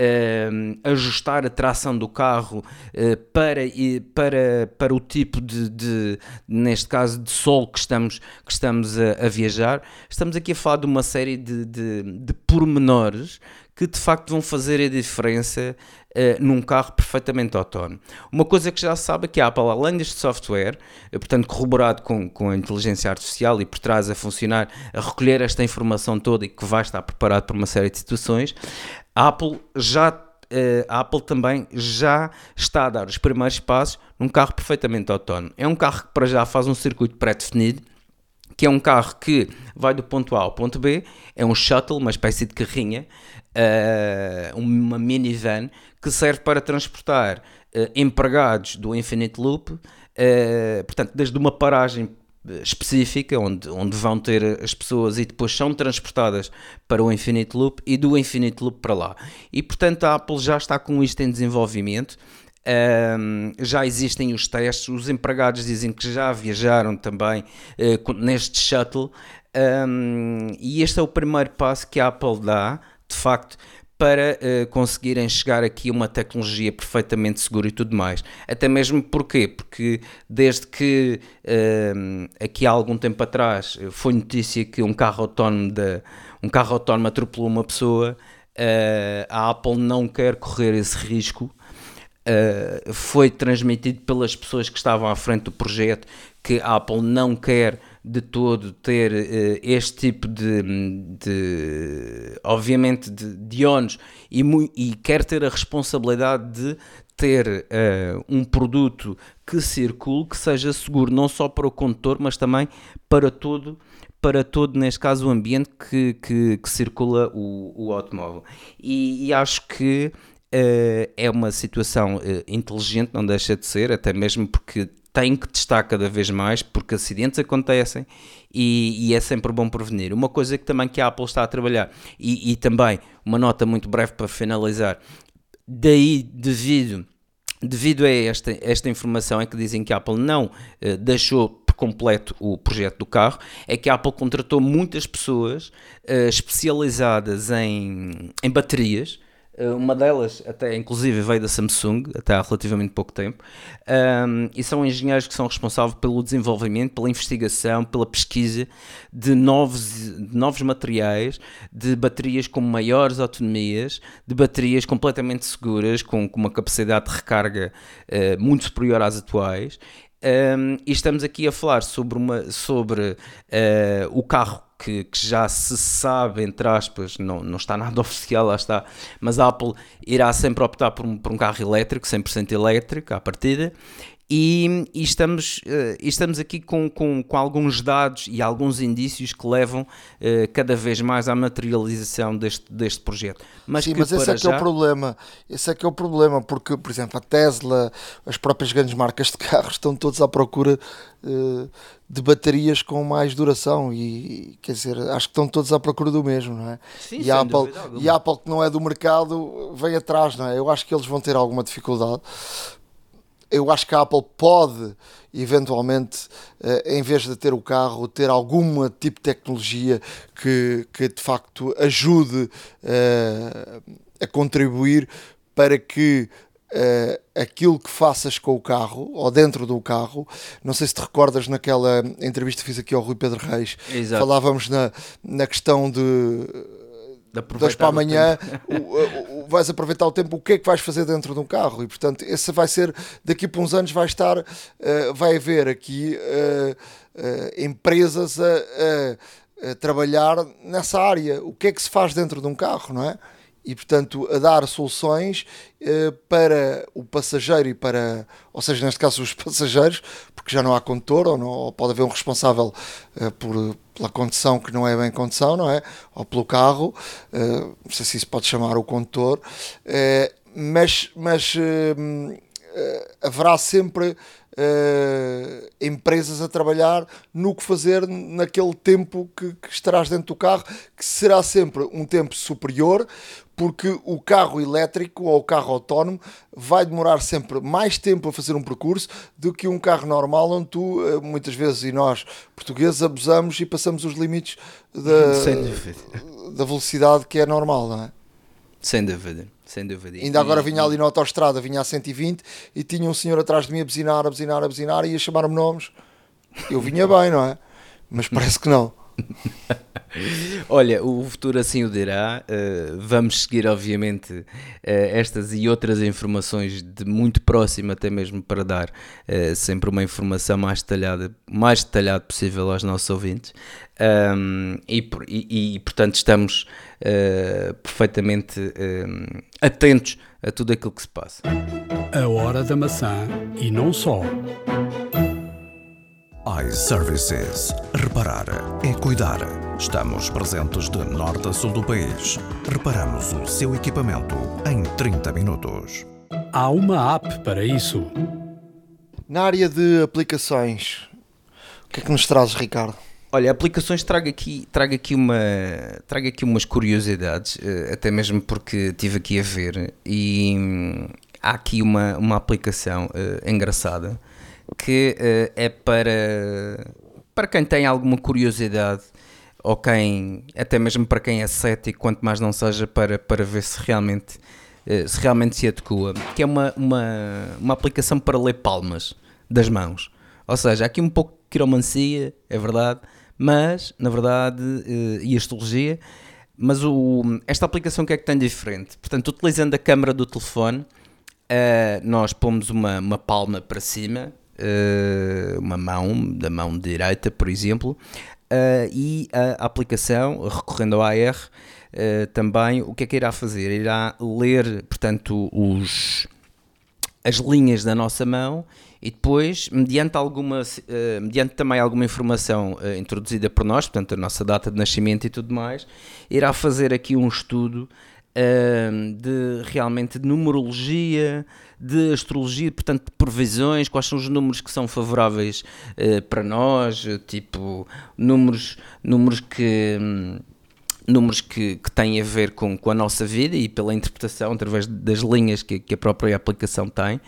Uh, ajustar a tração do carro uh, para, para, para o tipo de, de, neste caso, de solo que estamos, que estamos a, a viajar. Estamos aqui a falar de uma série de, de, de pormenores que de facto vão fazer a diferença uh, num carro perfeitamente autónomo. Uma coisa que já se sabe é que a Apple, além deste software, uh, portanto corroborado com, com a inteligência artificial e por trás a funcionar, a recolher esta informação toda e que vai estar preparado para uma série de situações, a Apple, já, uh, a Apple também já está a dar os primeiros passos num carro perfeitamente autónomo. É um carro que para já faz um circuito pré-definido, que é um carro que vai do ponto A ao ponto B, é um shuttle, uma espécie de carrinha, uh, uma minivan, que serve para transportar uh, empregados do Infinite Loop, uh, portanto, desde uma paragem específica, onde, onde vão ter as pessoas e depois são transportadas para o Infinite Loop, e do Infinite Loop para lá. E, portanto, a Apple já está com isto em desenvolvimento. Um, já existem os testes, os empregados dizem que já viajaram também uh, neste shuttle, um, e este é o primeiro passo que a Apple dá, de facto, para uh, conseguirem chegar aqui a uma tecnologia perfeitamente segura e tudo mais. Até mesmo porquê? Porque desde que uh, aqui há algum tempo atrás foi notícia que um carro autónomo, de, um carro autónomo atropelou uma pessoa, uh, a Apple não quer correr esse risco. Uh, foi transmitido pelas pessoas que estavam à frente do projeto que a Apple não quer de todo ter uh, este tipo de, de obviamente, de, de ónus e, e quer ter a responsabilidade de ter uh, um produto que circule, que seja seguro, não só para o condutor, mas também para todo, para todo neste caso, o ambiente que, que, que circula o, o automóvel. E, e acho que uh, é uma situação uh, inteligente, não deixa de ser, até mesmo porque tem que testar cada vez mais, porque acidentes acontecem e, e é sempre bom prevenir. Uma coisa que também que a Apple está a trabalhar, e, e também uma nota muito breve para finalizar, daí devido, devido a esta, esta informação é que dizem que a Apple não uh, deixou por completo o projeto do carro, é que a Apple contratou muitas pessoas uh, especializadas em, em baterias. Uma delas, até inclusive, veio da Samsung, até há relativamente pouco tempo, um, e são engenheiros que são responsáveis pelo desenvolvimento, pela investigação, pela pesquisa de novos, de novos materiais, de baterias com maiores autonomias, de baterias completamente seguras, com, com uma capacidade de recarga uh, muito superior às atuais. Um, e estamos aqui a falar sobre, uma, sobre uh, o carro que, que já se sabe, entre aspas, não, não está nada oficial, lá está, mas a Apple irá sempre optar por um, por um carro elétrico, cem por cento elétrico à partida, e, e, estamos, uh, e estamos aqui com, com, com alguns dados e alguns indícios que levam uh, cada vez mais à materialização deste, deste projeto. Mas Sim, que mas esse para é que já... é o problema. Esse é que é o problema, porque, por exemplo, a Tesla, as próprias grandes marcas de carros estão todos à procura uh, de baterias com mais duração e, quer dizer, acho que estão todos à procura do mesmo, não é? Sim, e, a Apple, e a Apple, que não é do mercado, vem atrás, não é? Eu acho que eles vão ter alguma dificuldade. Eu acho que a Apple pode, eventualmente, em vez de ter o carro, ter algum tipo de tecnologia que, que de facto ajude uh, a contribuir para que uh, aquilo que faças com o carro, ou dentro do carro, não sei se te recordas naquela entrevista que fiz aqui ao Rui Pedro Reis, Exato. Falávamos na, na questão de... dois para amanhã, o, o, o, vais aproveitar o tempo, o que é que vais fazer dentro de um carro? E portanto, esse vai ser, daqui por uns anos vai estar, uh, vai haver aqui uh, uh, empresas a, a, a trabalhar nessa área. O que é que se faz dentro de um carro, não é? E portanto, a dar soluções uh, para o passageiro e para, ou seja, neste caso os passageiros, porque já não há condutor, ou, não, ou pode haver um responsável uh, por, pela condução que não é bem condução, não é? Ou pelo carro, uh, não sei se isso pode chamar o condutor, uh, mas, mas uh, uh, haverá sempre uh, empresas a trabalhar no que fazer naquele tempo que, que estarás dentro do carro, que será sempre um tempo superior, porque o carro elétrico ou o carro autónomo vai demorar sempre mais tempo a fazer um percurso do que um carro normal, onde tu, muitas vezes, e nós, portugueses, abusamos e passamos os limites da, da velocidade que é normal, não é? Sem dúvida, sem dúvida. Ainda agora vinha ali na autoestrada, vinha a cento e vinte e tinha um senhor atrás de mim a buzinar, a buzinar, a buzinar e a chamar-me nomes. Eu vinha bem, não é? Mas parece que não. Olha, o futuro assim o dirá. Uh, vamos seguir, obviamente, uh, estas e outras informações de muito próximo, até mesmo para dar uh, sempre uma informação mais detalhada, mais detalhada possível aos nossos ouvintes. Um, e, e, e, portanto, estamos uh, perfeitamente uh, atentos a tudo aquilo que se passa. A hora da maçã e não só. iServices. Reparar é cuidar. Estamos presentes de norte a sul do país. Reparamos o seu equipamento em trinta minutos. Há uma app para isso. Na área de aplicações, o que é que nos trazes, Ricardo? Olha, aplicações, trago aqui, trago aqui, uma, trago aqui umas curiosidades, até mesmo porque estive aqui a ver, e hum, há aqui uma, uma aplicação uh, engraçada, que uh, é para, para quem tem alguma curiosidade, ou quem, até mesmo para quem é cético, quanto mais não seja, para, para ver se realmente, uh, se realmente se adequa, que é uma, uma, uma aplicação para ler palmas das mãos. Ou seja, há aqui um pouco de quiromancia, é verdade, mas, na verdade, uh, e astrologia, mas o, esta aplicação o que é que tem diferente? Portanto, utilizando a câmara do telefone, uh, nós pomos uma, uma palma para cima, uh, uma mão, da mão direita, por exemplo, uh, e a aplicação, recorrendo ao A R, uh, também, o que é que irá fazer? Irá ler, portanto, os, as linhas da nossa mão e depois, mediante, alguma, uh, mediante também alguma informação uh, introduzida por nós, portanto, a nossa data de nascimento e tudo mais, irá fazer aqui um estudo Uh, de realmente de numerologia, de astrologia, portanto de previsões, quais são os números que são favoráveis uh, para nós, tipo números, números que um, números que, que têm a ver com, com a nossa vida e pela interpretação através das linhas que, que a própria aplicação tem.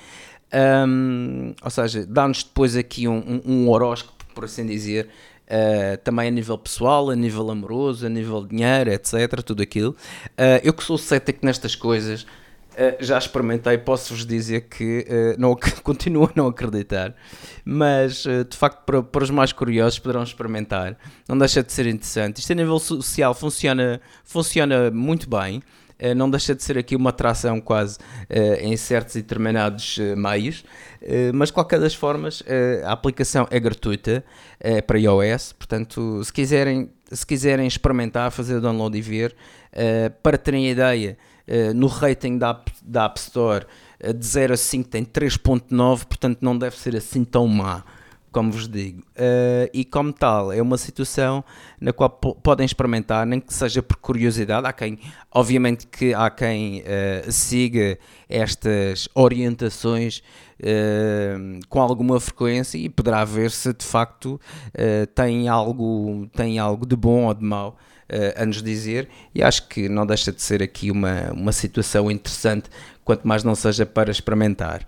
Um, ou seja, dá-nos depois aqui um, um, um horóscopo, por assim dizer, Uh, também a nível pessoal, a nível amoroso, a nível de dinheiro, etcétera, tudo aquilo. Uh, eu que sou cético nestas coisas, uh, já experimentei, posso-vos dizer que uh, não, continuo a não acreditar, mas uh, de facto para, para os mais curiosos poderão experimentar, não deixa de ser interessante. Isto a nível social funciona, funciona muito bem. Uh, não deixa de ser aqui uma atração quase uh, em certos e determinados uh, meios, uh, mas de qualquer das formas uh, a aplicação é gratuita uh, para iOS, portanto se quiserem, se quiserem experimentar, fazer o download e ver, uh, para terem ideia, uh, no rating da App, da App Store uh, de zero a cinco tem três ponto nove, portanto não deve ser assim tão má, como vos digo, uh, e como tal, é uma situação na qual p- podem experimentar, nem que seja por curiosidade. Há quem, obviamente que há quem uh, siga estas orientações uh, com alguma frequência e poderá ver se de facto uh, tem, algo, tem algo de bom ou de mau uh, a nos dizer, e acho que não deixa de ser aqui uma, uma situação interessante, quanto mais não seja para experimentar.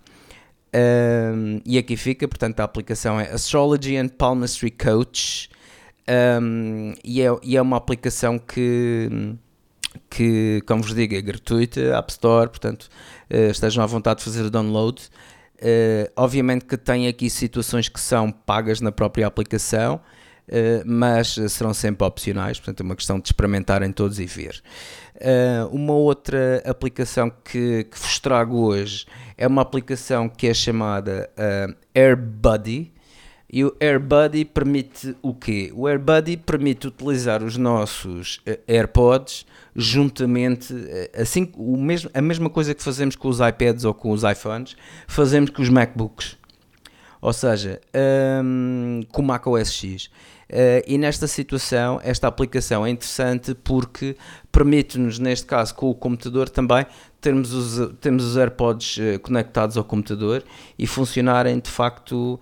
Um, e aqui fica, portanto, a aplicação é Astrology and Palmistry Coach, um, e, é, e é uma aplicação que, que, como vos digo, é gratuita, App Store, portanto, uh, estejam à vontade de fazer o download. Uh, obviamente que tem aqui situações que são pagas na própria aplicação, uh, mas serão sempre opcionais, portanto é uma questão de experimentarem todos e ver. Uh, uma outra aplicação que, que vos trago hoje é uma aplicação que é chamada uh, AirBuddy, e o AirBuddy permite o quê? O AirBuddy permite utilizar os nossos uh, AirPods juntamente, uh, assim, o mesmo, a mesma coisa que fazemos com os iPads ou com os iPhones, fazemos com os MacBooks, ou seja, um, com o macOS X. Uh, e nesta situação, esta aplicação é interessante porque permite-nos, neste caso com o computador também, termos os, termos os AirPods uh, conectados ao computador e funcionarem de facto,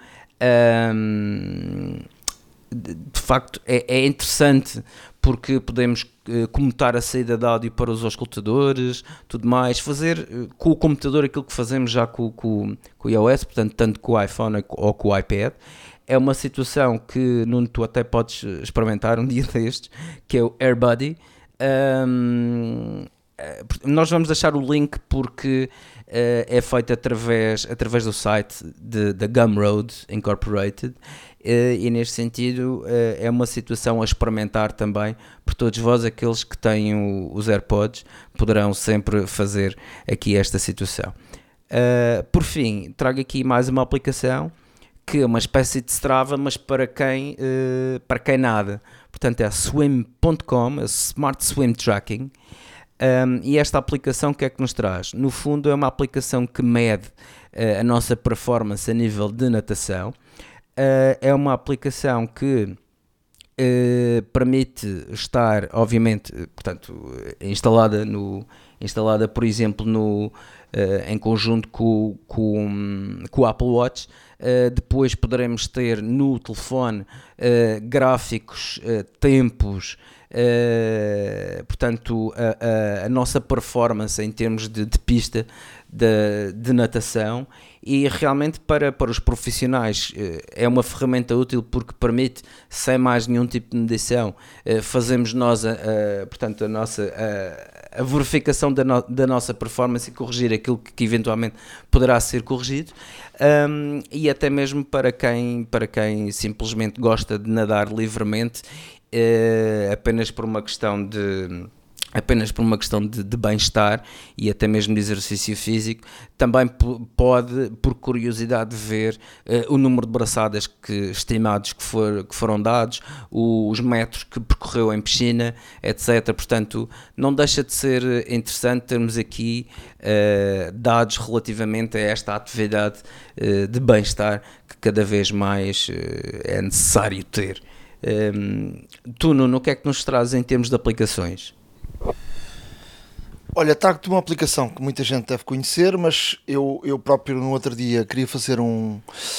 um, de, de facto é, é interessante porque podemos uh, comutar a saída de áudio para os auscultadores, tudo mais, fazer uh, com o computador aquilo que fazemos já com, com, com o iOS, portanto tanto com o iPhone ou com o iPad. É uma situação que, Nuno, tu até podes experimentar um dia destes, que é o AirBuddy. Um, nós vamos deixar o link porque uh, é feito através, através do site da Gumroad Incorporated, uh, e neste sentido uh, é uma situação a experimentar também por todos vós, aqueles que têm o, os AirPods, poderão sempre fazer aqui esta situação. Uh, por fim, trago aqui mais uma aplicação que é uma espécie de Strava, mas para quem, uh, para quem nada. Portanto, é a swim ponto com, a Smart Swim Tracking. Um, e esta aplicação, o que é que nos traz? No fundo, é uma aplicação que mede uh, a nossa performance a nível de natação. Uh, é uma aplicação que uh, permite estar, obviamente, portanto, instalada, no, instalada por exemplo, no, uh, em conjunto com, com, com o Apple Watch. Uh, depois poderemos ter no telefone uh, gráficos, uh, tempos, uh, portanto a, a, a nossa performance em termos de, de pista de, de natação, e realmente para, para os profissionais uh, é uma ferramenta útil porque permite, sem mais nenhum tipo de medição, uh, fazemos nós a, a, portanto, a nossa a, a verificação da, no, da nossa performance e corrigir aquilo que, que eventualmente poderá ser corrigido. Um, e até mesmo para quem, para quem simplesmente gosta de nadar livremente, uh, apenas por uma questão de, apenas por uma questão de, de bem-estar e até mesmo de exercício físico, também p- pode, por curiosidade, ver uh, o número de braçadas que, estimados que, for, que foram dados, o, os metros que percorreu em piscina, etcétera. Portanto, não deixa de ser interessante termos aqui uh, dados relativamente a esta atividade uh, de bem-estar que cada vez mais uh, é necessário ter. Um, tu, Nuno, o que é que nos traz em termos de aplicações? Olha, trago-te uma aplicação que muita gente deve conhecer, mas eu, eu próprio no outro dia queria fazer um...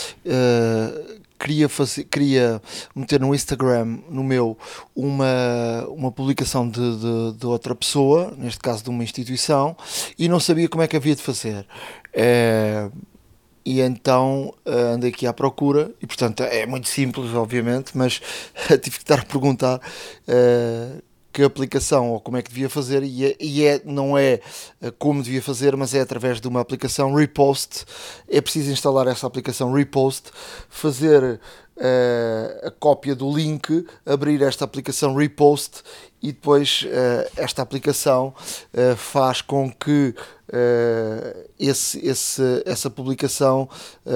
Uh, queria, fazer, queria meter no Instagram, no meu, uma, uma publicação de, de, de outra pessoa, neste caso de uma instituição, e não sabia como é que havia de fazer. Uh, e então uh, andei aqui à procura, e portanto é muito simples, obviamente, mas tive que estar a perguntar... Uh, que aplicação ou como é que devia fazer, e, é, e é, não é como devia fazer, mas é através de uma aplicação Repost. É preciso instalar essa aplicação Repost, fazer uh, a cópia do link, abrir esta aplicação Repost, e depois uh, esta aplicação uh, faz com que uh, esse, esse, essa publicação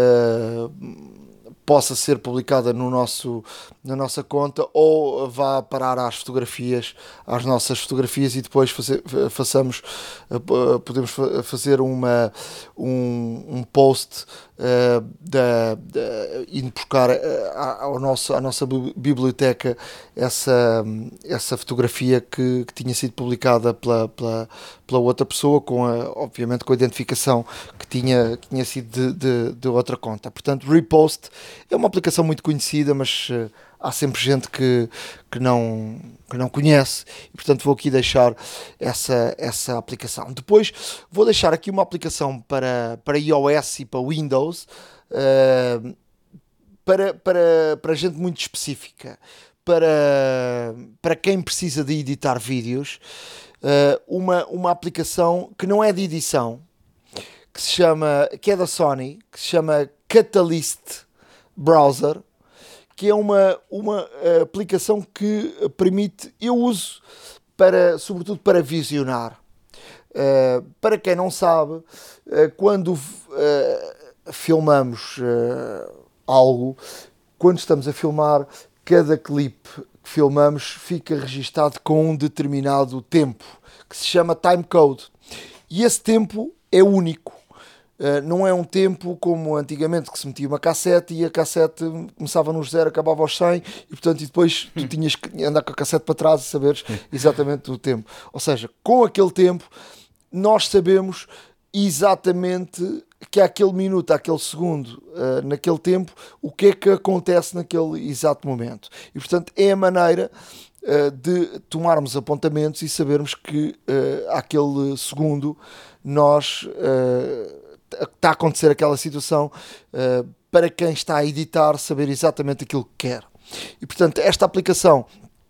uh, possa ser publicada no nosso, na nossa conta, ou vá parar às fotografias, às nossas fotografias, e depois fazer, façamos, podemos fazer uma, um, um post uh, da, da, indo buscar ao nosso, à nossa biblioteca essa, essa fotografia que, que tinha sido publicada pela, pela, pela outra pessoa, com a, obviamente com a identificação que tinha, que tinha sido de, de, de outra conta. Portanto, Repost é uma aplicação muito conhecida, mas uh, há sempre gente que, que, não, que não conhece, e portanto vou aqui deixar essa, essa aplicação. Depois vou deixar aqui uma aplicação para, para iOS e para Windows, uh, para, para, para gente muito específica, para, para quem precisa de editar vídeos, uh, uma, uma aplicação que não é de edição, que se chama, que é da Sony, que se chama Catalyst Browser, que é uma, uma uh, aplicação que permite, eu uso para, sobretudo para visionar. Uh, para quem não sabe, uh, quando uh, filmamos uh, algo, quando estamos a filmar, cada clipe que filmamos fica registado com um determinado tempo, que se chama timecode. E esse tempo é único. Uh, não é um tempo como antigamente, que se metia uma cassete e a cassete começava nos zero, acabava aos cem, e portanto e depois tu tinhas que andar com a cassete para trás e saberes exatamente o tempo. Ou seja, com aquele tempo nós sabemos exatamente que àquele minuto, àquele segundo, uh, naquele tempo, o que é que acontece naquele exato momento. E portanto é a maneira uh, de tomarmos apontamentos e sabermos que uh, àquele segundo nós... Uh, está a acontecer aquela situação, uh, para quem está a editar saber exatamente aquilo que quer. E portanto esta aplicação,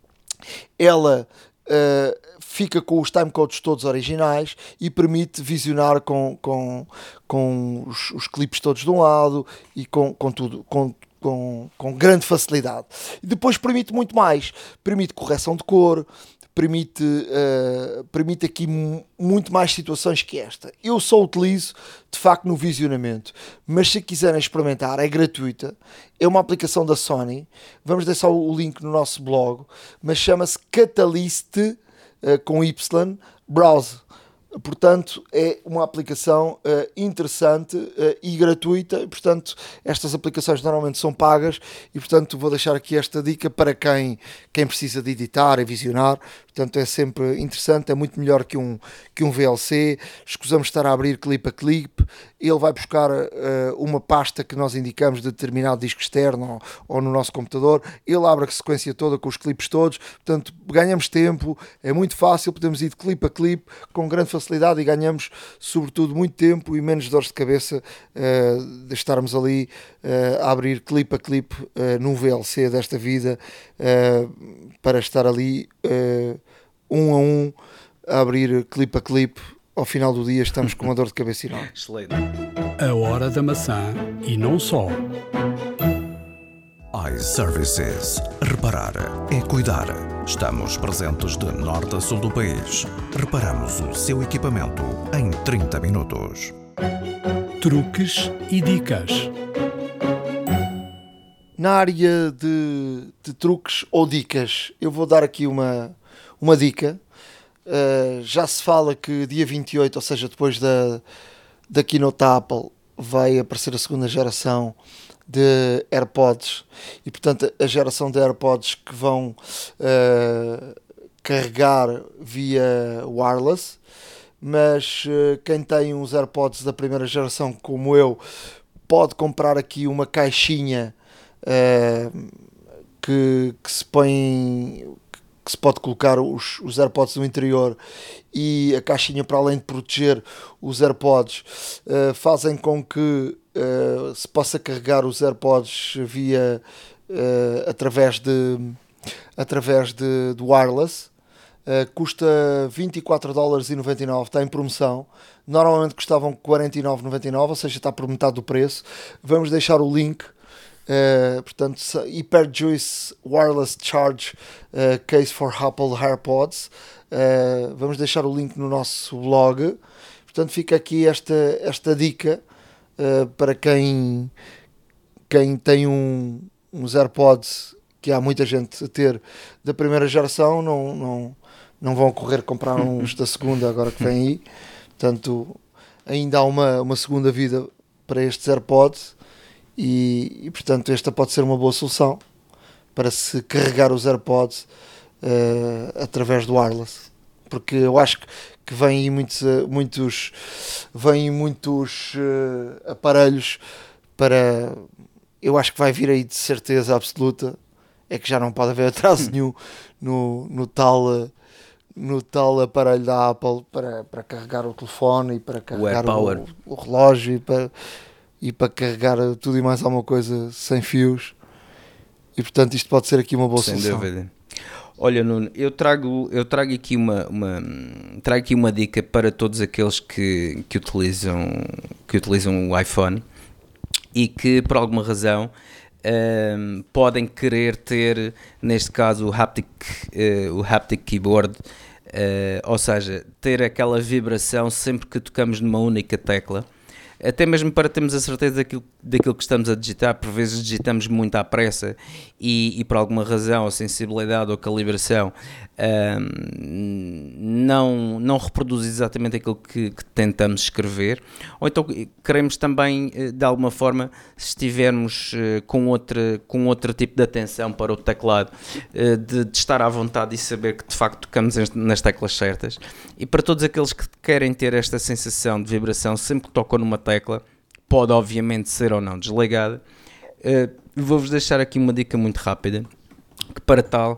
ela uh, fica com os timecodes todos originais e permite visionar com, com, com os, os clipes todos de um lado e com, com tudo, com, com, com grande facilidade. E depois permite muito mais, permite correção de cor, permite, uh, permite aqui m- muito mais situações que esta. Eu só utilizo, de facto, no visionamento, mas se quiserem experimentar, é gratuita, é uma aplicação da Sony, vamos deixar o link no nosso blog, mas chama-se Catalyst, uh, com Y, Browse. Portanto, é uma aplicação uh, interessante uh, e gratuita, e, portanto, estas aplicações normalmente são pagas, e portanto vou deixar aqui esta dica para quem, quem precisa de editar e visionar. Portanto, é sempre interessante, é muito melhor que um, que um V L C. Escusamos estar a abrir clipe a clipe, ele vai buscar uh, uma pasta que nós indicamos de determinado disco externo ou, ou no nosso computador, ele abre a sequência toda com os clipes todos, portanto ganhamos tempo, é muito fácil, podemos ir de clipe a clipe com grande facilidade e ganhamos sobretudo muito tempo e menos dores de cabeça uh, de estarmos ali uh, a abrir clipe a clipe uh, num V L C desta vida, uh, para estar ali uh, um a um a abrir clipe a clipe. Ao final do dia estamos com uma dor de cabeça enorme. Excelente. A hora da maçã e não só. iServices. Reparar é cuidar. Estamos presentes de norte a sul do país. Reparamos o seu equipamento em trinta minutos. Truques e dicas. Na área de, de truques ou dicas, eu vou dar aqui uma, uma dica. Uh, já se fala que dia vinte e oito, ou seja, depois da, da keynote da Apple, vai aparecer a segunda geração de AirPods e, portanto, a geração de AirPods que vão uh, carregar via wireless, mas uh, quem tem uns AirPods da primeira geração, como eu, pode comprar aqui uma caixinha uh, que, que se põe, que se pode colocar os, os AirPods no interior, e a caixinha, para além de proteger os AirPods, uh, fazem com que Uh, se possa carregar os AirPods via uh, através de através de, de wireless. Uh, custa vinte e quatro dólares e noventa e nove, está em promoção. Normalmente custavam quarenta e nove vírgula noventa e nove, ou seja, está por metade do preço. Vamos deixar o link. Uh, portanto, HyperJuice Wireless Charge uh, Case for Apple AirPods. Uh, vamos deixar o link no nosso blog. Portanto, fica aqui esta, esta dica. Uh, para quem, quem tem um, uns AirPods, que há muita gente a ter da primeira geração, não, não, não vão correr comprar uns da segunda agora que vem aí. Portanto, ainda há uma, uma segunda vida para estes AirPods e, e portanto esta pode ser uma boa solução para se carregar os AirPods uh, através do wireless, porque eu acho que que vêm aí muitos, muitos, vêm muitos uh, aparelhos para... Eu acho que vai vir aí de certeza absoluta, é que já não pode haver atraso nenhum no, no, tal, no tal aparelho da Apple para, para carregar o telefone e para carregar o, o, o relógio e para, e para carregar tudo e mais alguma coisa sem fios. E portanto isto pode ser aqui uma boa Sem solução. Dúvida. Olha, Nuno, eu trago, eu trago aqui uma, uma, trago aqui uma dica para todos aqueles que, que, utilizam, que utilizam o iPhone e que, por alguma razão, um, podem querer ter, neste caso, o haptic, uh, o haptic keyboard, uh, ou seja, ter aquela vibração sempre que tocamos numa única tecla. Até mesmo para termos a certeza daquilo, daquilo que estamos a digitar. Por vezes digitamos muito à pressa e, e por alguma razão a sensibilidade ou a calibração um, não, não reproduz exatamente aquilo que, que tentamos escrever, ou então queremos também de alguma forma, se estivermos com, outra, com outro tipo de atenção para o teclado, de, de estar à vontade e saber que de facto tocamos nas teclas certas. E para todos aqueles que querem ter esta sensação de vibração sempre que tocam numa tecla, pode obviamente ser ou não desligada, uh, vou-vos deixar aqui uma dica muito rápida, que para tal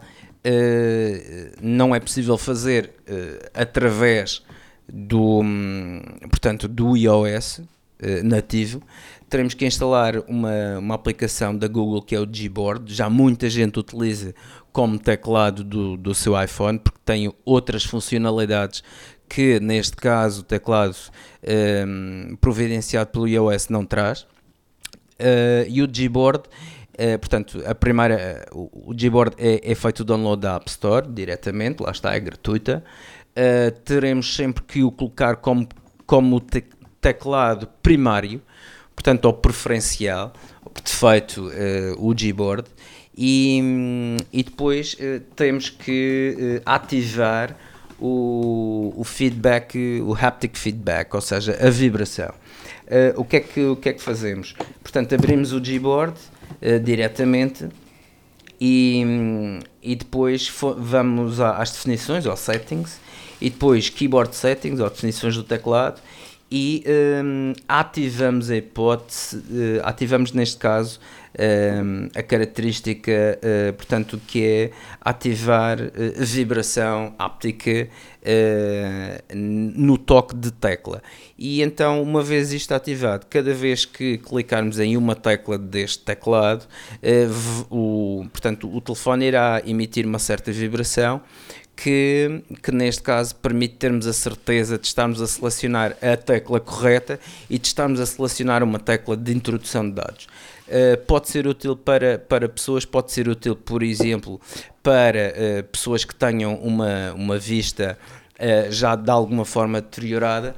uh, não é possível fazer uh, através do, um, portanto, do iOS uh, nativo. Teremos que instalar uma, uma aplicação da Google que é o Gboard. Já muita gente utiliza como teclado do, do seu iPhone, porque tem outras funcionalidades que neste caso o teclado um, providenciado pelo iOS não traz. Uh, e o Gboard, uh, portanto, a primeira, uh, o, o Gboard é, é feito o download da App Store diretamente, lá está, é gratuita. Uh, teremos sempre que o colocar como, como te, teclado primário, portanto, ao preferencial, por defeito, uh, o Gboard, e, e depois uh, temos que uh, ativar O, o feedback, o haptic feedback, ou seja, a vibração. Uh, o, que é que, o que é que fazemos? Portanto, abrimos o Gboard uh, diretamente e, e depois fo- vamos a, às definições, ou settings, e depois keyboard settings, ou definições do teclado, e um, ativamos a hipótese, uh, ativamos neste caso um, a característica, uh, portanto, que é ativar uh, vibração áptica uh, no toque de tecla. E então, uma vez isto ativado, cada vez que clicarmos em uma tecla deste teclado, uh, v- o, portanto, o telefone irá emitir uma certa vibração que, que neste caso permite termos a certeza de estarmos a selecionar a tecla correta e de estarmos a selecionar uma tecla de introdução de dados. Uh, pode ser útil para, para pessoas, pode ser útil, por exemplo, para uh, pessoas que tenham uma, uma vista uh, já de alguma forma deteriorada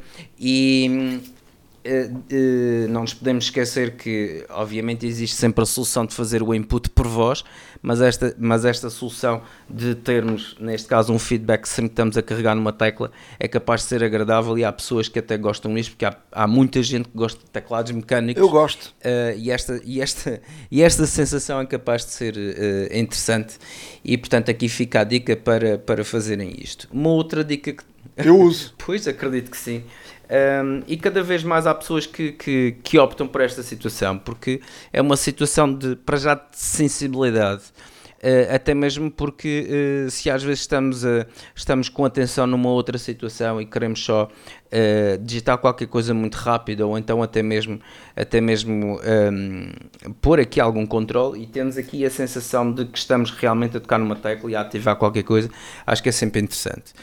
e uh, uh, não nos podemos esquecer que obviamente existe sempre a solução de fazer o input por voz, mas esta, mas esta solução de termos, neste caso, um feedback sempre que estamos a carregar numa tecla é capaz de ser agradável e há pessoas que até gostam disto, porque há, há muita gente que gosta de teclados mecânicos. Eu gosto. Uh, e, esta, e, esta, e esta sensação é capaz de ser uh, interessante e, portanto, aqui fica a dica para, para fazerem isto. Uma outra dica que... Eu uso. Pois, acredito que sim. Um, e cada vez mais há pessoas que, que, que optam por esta situação, porque é uma situação de, para já, de sensibilidade, uh, até mesmo porque uh, se às vezes estamos, a, estamos com atenção numa outra situação e queremos só uh, digitar qualquer coisa muito rápido, ou então até mesmo, até mesmo um, pôr aqui algum controle e temos aqui a sensação de que estamos realmente a tocar numa tecla e a ativar qualquer coisa, acho que é sempre interessante.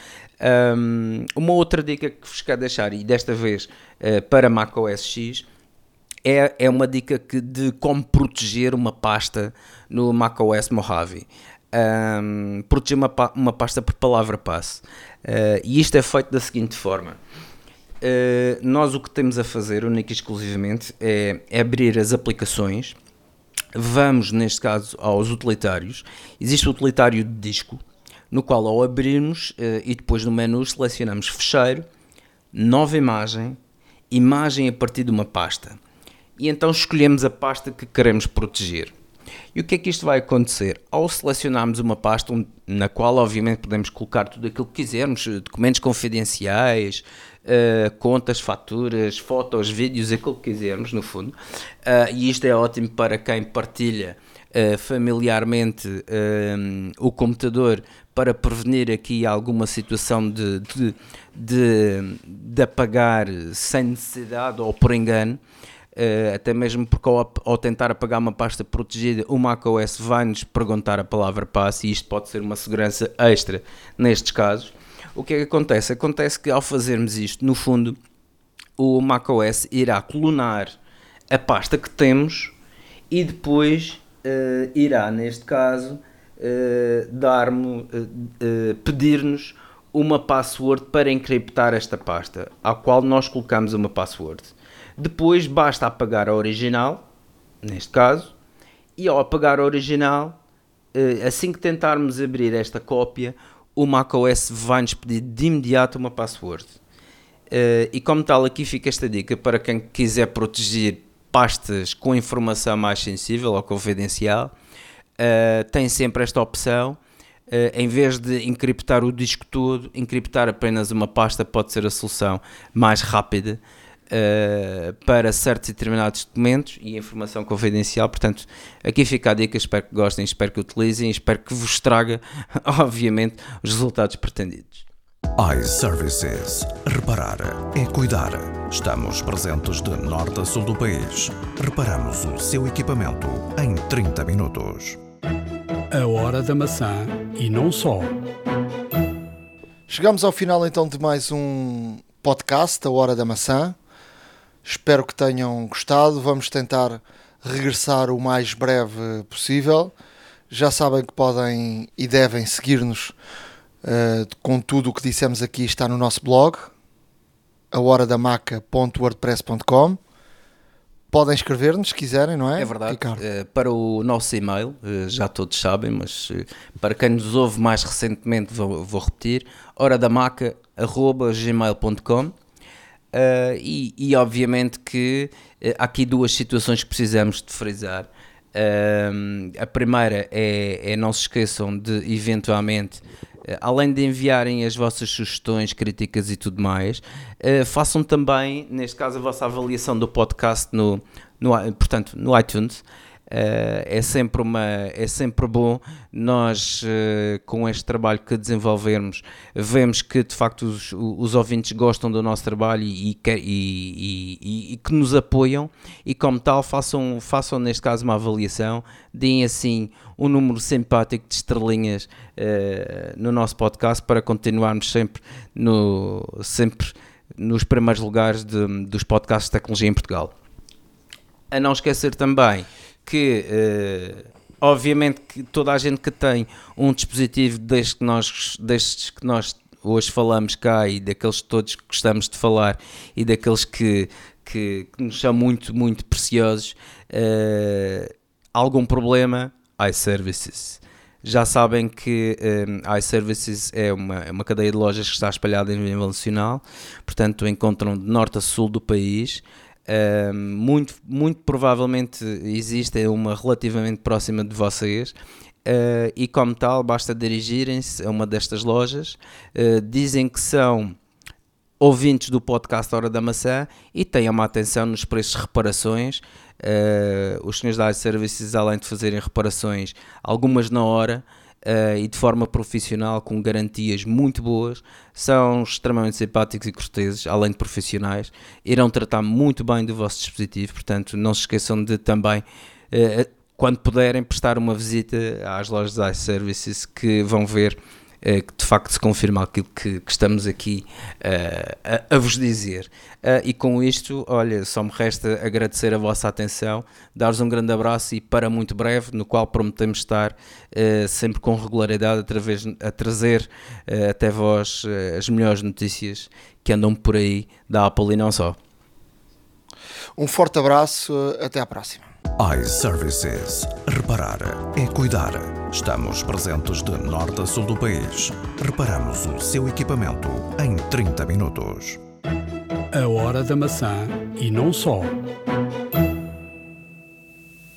Um, uma outra dica que vos quero deixar, e desta vez uh, para macOS X, é, é uma dica que, de como proteger uma pasta no macOS Mojave. Um, proteger uma, uma pasta por palavra passe. Uh, e isto é feito da seguinte forma. Uh, nós o que temos a fazer, única e exclusivamente, é, é abrir as aplicações. Vamos, neste caso, aos utilitários. Existe o utilitário de disco, no qual ao abrirmos uh, e depois no menu selecionamos fecheiro, nova imagem, imagem a partir de uma pasta. E então escolhemos a pasta que queremos proteger. E o que é que isto vai acontecer? Ao selecionarmos uma pasta na qual obviamente podemos colocar tudo aquilo que quisermos, documentos confidenciais, uh, contas, faturas, fotos, vídeos, aquilo que quisermos no fundo, uh, e isto é ótimo para quem partilha uh, familiarmente uh, o computador, para prevenir aqui alguma situação de, de, de, de apagar sem necessidade ou por engano, uh, até mesmo porque ao, ao tentar apagar uma pasta protegida, o macOS vai-nos perguntar a palavra passe e isto pode ser uma segurança extra nestes casos. O que é que acontece? Acontece que ao fazermos isto, no fundo, o macOS irá clonar a pasta que temos e depois uh, irá, neste caso, Uh, dar-me, uh, uh, pedir-nos uma password para encriptar esta pasta, à qual nós colocamos uma password. Depois basta apagar a original, neste caso, e ao apagar a original, uh, assim que tentarmos abrir esta cópia, o macOS vai-nos pedir de imediato uma password. Uh, e como tal, aqui fica esta dica para quem quiser proteger pastas com informação mais sensível ou confidencial. Uh, tem sempre esta opção, uh, em vez de encriptar o disco todo, encriptar apenas uma pasta pode ser a solução mais rápida uh, para certos e determinados documentos e informação confidencial. Portanto, aqui fica a dica, espero que gostem, espero que utilizem, espero que vos traga, obviamente, os resultados pretendidos. iServices. Reparar é cuidar. Estamos presentes de norte a sul do país. Reparamos o seu equipamento em trinta minutos. A Hora da Maçã e não só. Chegamos ao final então de mais um podcast, A Hora da Maçã. Espero que tenham gostado. Vamos tentar regressar o mais breve possível. Já sabem que podem e devem seguir-nos uh, com tudo o que dissemos aqui, está no nosso blog, a hora da maca ponto wordpress ponto com. Podem escrever-nos se quiserem, não é? É verdade, uh, para o nosso e-mail, uh, já todos sabem, mas uh, para quem nos ouve mais recentemente, vou, vou repetir, hora da maca arroba gmail ponto com. uh, e, e obviamente que uh, há aqui duas situações que precisamos de frisar. Uh, a primeira é, é não se esqueçam de eventualmente, além de enviarem as vossas sugestões, críticas e tudo mais, uh, façam também, neste caso, a vossa avaliação do podcast no, no, portanto, no iTunes. Uh, é, sempre uma, é sempre bom. Nós, uh, com este trabalho que desenvolvermos, vemos que de facto os, os ouvintes gostam do nosso trabalho e, e, e, e, e que nos apoiam, e como tal façam, façam neste caso uma avaliação, deem assim um número simpático de estrelinhas uh, no nosso podcast, para continuarmos sempre, no, sempre nos primeiros lugares de, dos podcasts de tecnologia em Portugal. A não esquecer também que, uh, obviamente, que toda a gente que tem um dispositivo destes que nós, destes que nós hoje falamos cá, e daqueles todos que gostamos de falar, e daqueles que, que, que nos são muito, muito preciosos, uh, algum problema, iServices. Já sabem que um, iServices é uma, é uma cadeia de lojas que está espalhada em nível nacional, portanto encontram de norte a sul do país. Uh, muito, muito provavelmente existe uma relativamente próxima de vocês, uh, e como tal basta dirigirem-se a uma destas lojas, uh, dizem que são ouvintes do podcast Hora da Maçã e tenham uma atenção nos preços de reparações. Uh, os senhores da iServices, além de fazerem reparações, algumas na hora, Uh, e de forma profissional, com garantias muito boas, são extremamente simpáticos e corteses, além de profissionais, irão tratar muito bem do vosso dispositivo. Portanto, não se esqueçam de também, uh, quando puderem, prestar uma visita às lojas da iServices, que vão ver uh, que de facto se confirma aquilo que, que estamos aqui uh, a, a vos dizer. Uh, e com isto, olha, só me resta agradecer a vossa atenção, dar-vos um grande abraço e para muito breve, no qual prometemos estar uh, sempre com regularidade através, a trazer uh, até vós uh, as melhores notícias que andam por aí da Apple e não só. Um forte abraço, até à próxima. iServices. Reparar é cuidar. Estamos presentes de norte a sul do país. Reparamos o seu equipamento em trinta minutos. A Hora da Maçã e não só.